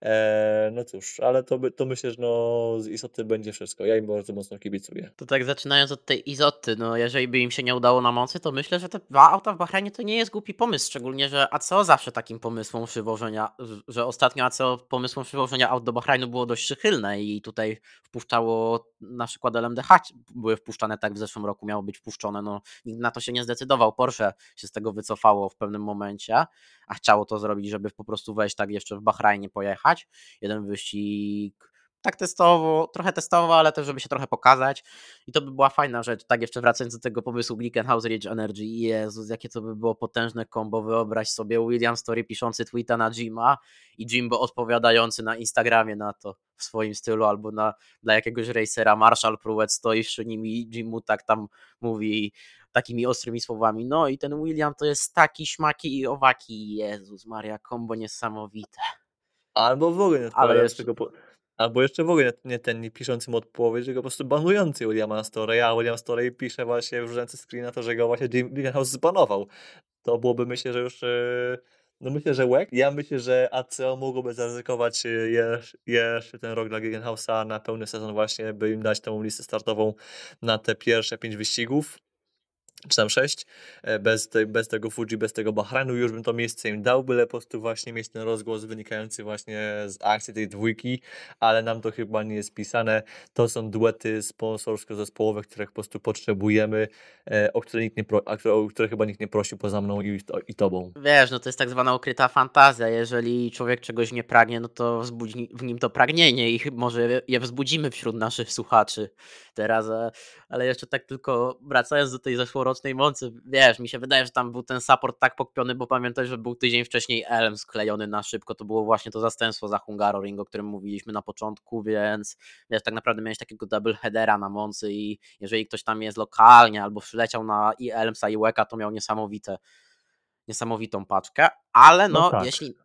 E, no cóż, ale to, by, to myślę, że no, z Isoty będzie wszystko. Ja im bardzo mocno kibicuję. To tak zaczynając od tej Izotty, no jeżeli by im się nie udało na mocy, to myślę, że te dwa auta w Bahrajnie to nie jest głupi pomysł, szczególnie, że A C O zawsze takim pomysłom przywożenia, że ostatnio A C O pomysłom przywożenia aut do Bahrajnu było dość przychylne i tutaj wpuszczało na przykład L M D H, były wpuszczane tak w zeszłym roku, miało być wpuszczone, no nikt na to się nie zdecydował, Porsche się z tego wycofało w pewnym momencie, a chciało to zrobić, żeby po prostu wejść tak jeszcze w Bahrajnie pojechać, jeden wyścig tak testowo, trochę testowo, ale też żeby się trochę pokazać i to by była fajna rzecz, tak jeszcze wracając do tego pomysłu Glickenhaus Ridge Energy, Jezus, jakie to by było potężne combo, wyobraź sobie William Story piszący tweeta na Jima i Jimbo odpowiadający na Instagramie na to w swoim stylu, albo na, dla jakiegoś racera Marshall Pruett stoi przy nim i Jim mu tak tam mówi takimi ostrymi słowami, no i ten William to jest taki śmaki i owaki, Jezus Maria, combo niesamowite. Albo w ogóle nie Ale odpowiadając jeszcze tego. Po... Albo jeszcze w ogóle nie, nie ten nie piszący mu odpowiedź, tylko po prostu banujący Williama Storeya, a William Storey pisze właśnie wrzucający screen na to, że go właśnie Jim Glickenhaus zbanował. To byłoby myślę, że już. e, No myślę, że Łek. Ja myślę, że A C O mogłoby zaryzykować e, jesz- jeszcze ten rok dla Glickenhausa na pełny sezon właśnie, by im dać tą listę startową na te pierwsze pięć wyścigów. Czy tam sześć, e, bez, te, bez tego Fuji, bez tego Bahrajnu, już bym to miejsce im dał, byle po prostu właśnie mieć ten rozgłos wynikający właśnie z akcji tej dwójki, ale nam to chyba nie jest pisane. To są duety sponsorsko-zespołowe, których po prostu potrzebujemy, e, o które nikt nie pro, a które, o które chyba nikt nie prosił poza mną i, i tobą. wiesz, no to jest tak zwana ukryta fantazja. Jeżeli człowiek czegoś nie pragnie, no to wzbudzi w nim to pragnienie i może je wzbudzimy wśród naszych słuchaczy teraz. e, Ale jeszcze tak tylko wracając do tej zeszłorocznej mocy, wiesz, mi się wydaje, że tam był ten support tak pokpiony, bo pamiętaj, że był tydzień wcześniej Elm sklejony na szybko. To było właśnie to zastępstwo za Hungaroring, o którym mówiliśmy na początku, więc wiesz, tak naprawdę miałeś takiego double headera na mocy i jeżeli ktoś tam jest lokalnie albo przyleciał na i Elmsa i Łeka, to miał niesamowite niesamowitą paczkę, ale No no tak. jeśli,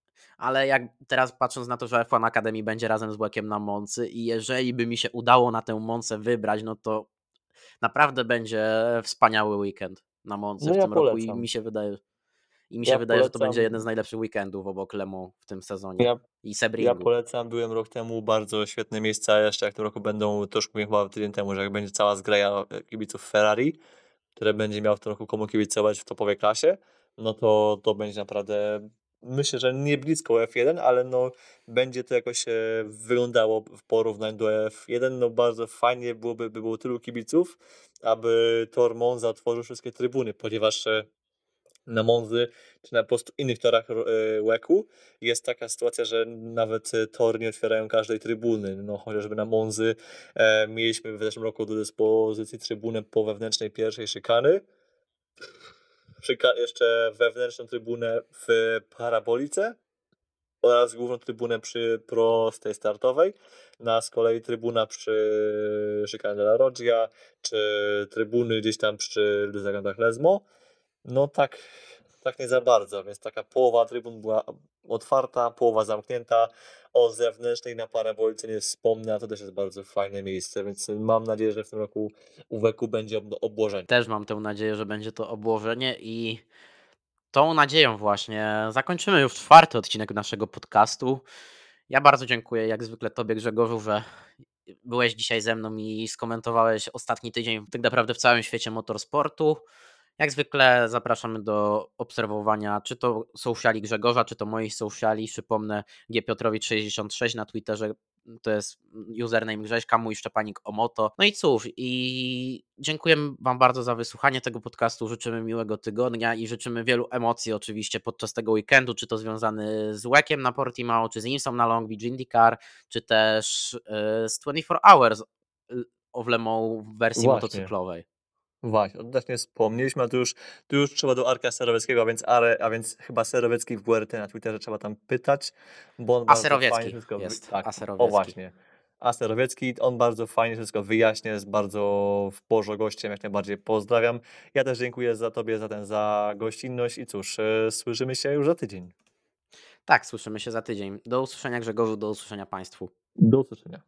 ale jak teraz patrząc na to, że F jeden Academy będzie razem z Łekiem na Moncy i jeżeli by mi się udało na tę Moncę wybrać, no to naprawdę będzie wspaniały weekend na Moncy No w ja tym roku i polecam. mi się wydaje, i mi się Ja wydaje, że to będzie jeden z polecam. najlepszych weekendów obok Le Mans w tym sezonie Ja i Ja Sebringu. polecam, byłem rok temu, bardzo świetne miejsca, jeszcze jak w tym roku będą, to już mówiłem chyba tydzień temu, że jak będzie cała zgraja e, kibiców Ferrari, które będzie miał w tym roku komu kibicować w topowej klasie, no to to będzie naprawdę, myślę, że nie blisko F jeden, ale no będzie to jakoś e, wyglądało w porównaniu do F jeden, no bardzo fajnie byłoby, by było tylu kibiców, aby Tor Monza otworzył wszystkie trybuny, ponieważ e, na Monzy, czy na po prostu innych torach e, Łeku jest taka sytuacja, że nawet e, tory nie otwierają każdej trybuny. No chociażby na Monzy e, mieliśmy w zeszłym roku do dyspozycji trybunę po wewnętrznej pierwszej szykany, Szyka, jeszcze wewnętrzną trybunę w parabolice oraz główną trybunę przy prostej startowej. Na z kolei trybuna przy szykanie della Roggia, czy trybuny gdzieś tam przy Zagadach Lesmo. No tak, tak nie za bardzo, więc taka połowa trybun była otwarta, połowa zamknięta. O zewnętrznej na parabolce nie wspomnę, a to też jest bardzo fajne miejsce, więc mam nadzieję, że w tym roku u Weku będzie ob- obłożenie. Też mam tę nadzieję, że będzie to obłożenie i tą nadzieją właśnie zakończymy już czwarty odcinek naszego podcastu. Ja bardzo dziękuję jak zwykle Tobie, Grzegorzu, że byłeś dzisiaj ze mną i skomentowałeś ostatni tydzień tak naprawdę w całym świecie motorsportu. Jak zwykle zapraszamy do obserwowania czy to sociali Grzegorza, czy to moich sociali. Przypomnę G Piotrowicz sześćdziesiąt sześć na Twitterze, to jest username Grześka, mój Szczepanik o moto. No i cóż, i dziękuję Wam bardzo za wysłuchanie tego podcastu, życzymy miłego tygodnia i życzymy wielu emocji oczywiście podczas tego weekendu, czy to związany z Łekiem na Portimao, czy z Imsą na Long Beach IndyCar, czy też yy, z dwadzieścia cztery Hours of Le Mans w wersji Właśnie. motocyklowej. Właśnie, odnośnie wspomnieliśmy, a tu już, tu już trzeba do Arka Serowieckiego, a więc, Are, a więc chyba Serowiecki w W R T na Twitterze trzeba tam pytać, bo on A bardzo Serowiecki fajnie wszystko... wy- jest, Tak, a o Serowiecki. właśnie. A Serowiecki, on bardzo fajnie wszystko wyjaśnia, jest bardzo w porze gościem, jak najbardziej pozdrawiam. Ja też dziękuję za Tobie za ten, za gościnność i cóż, e, słyszymy się już za tydzień. Tak, słyszymy się za tydzień. Do usłyszenia Grzegorzu, do usłyszenia Państwu. Do usłyszenia.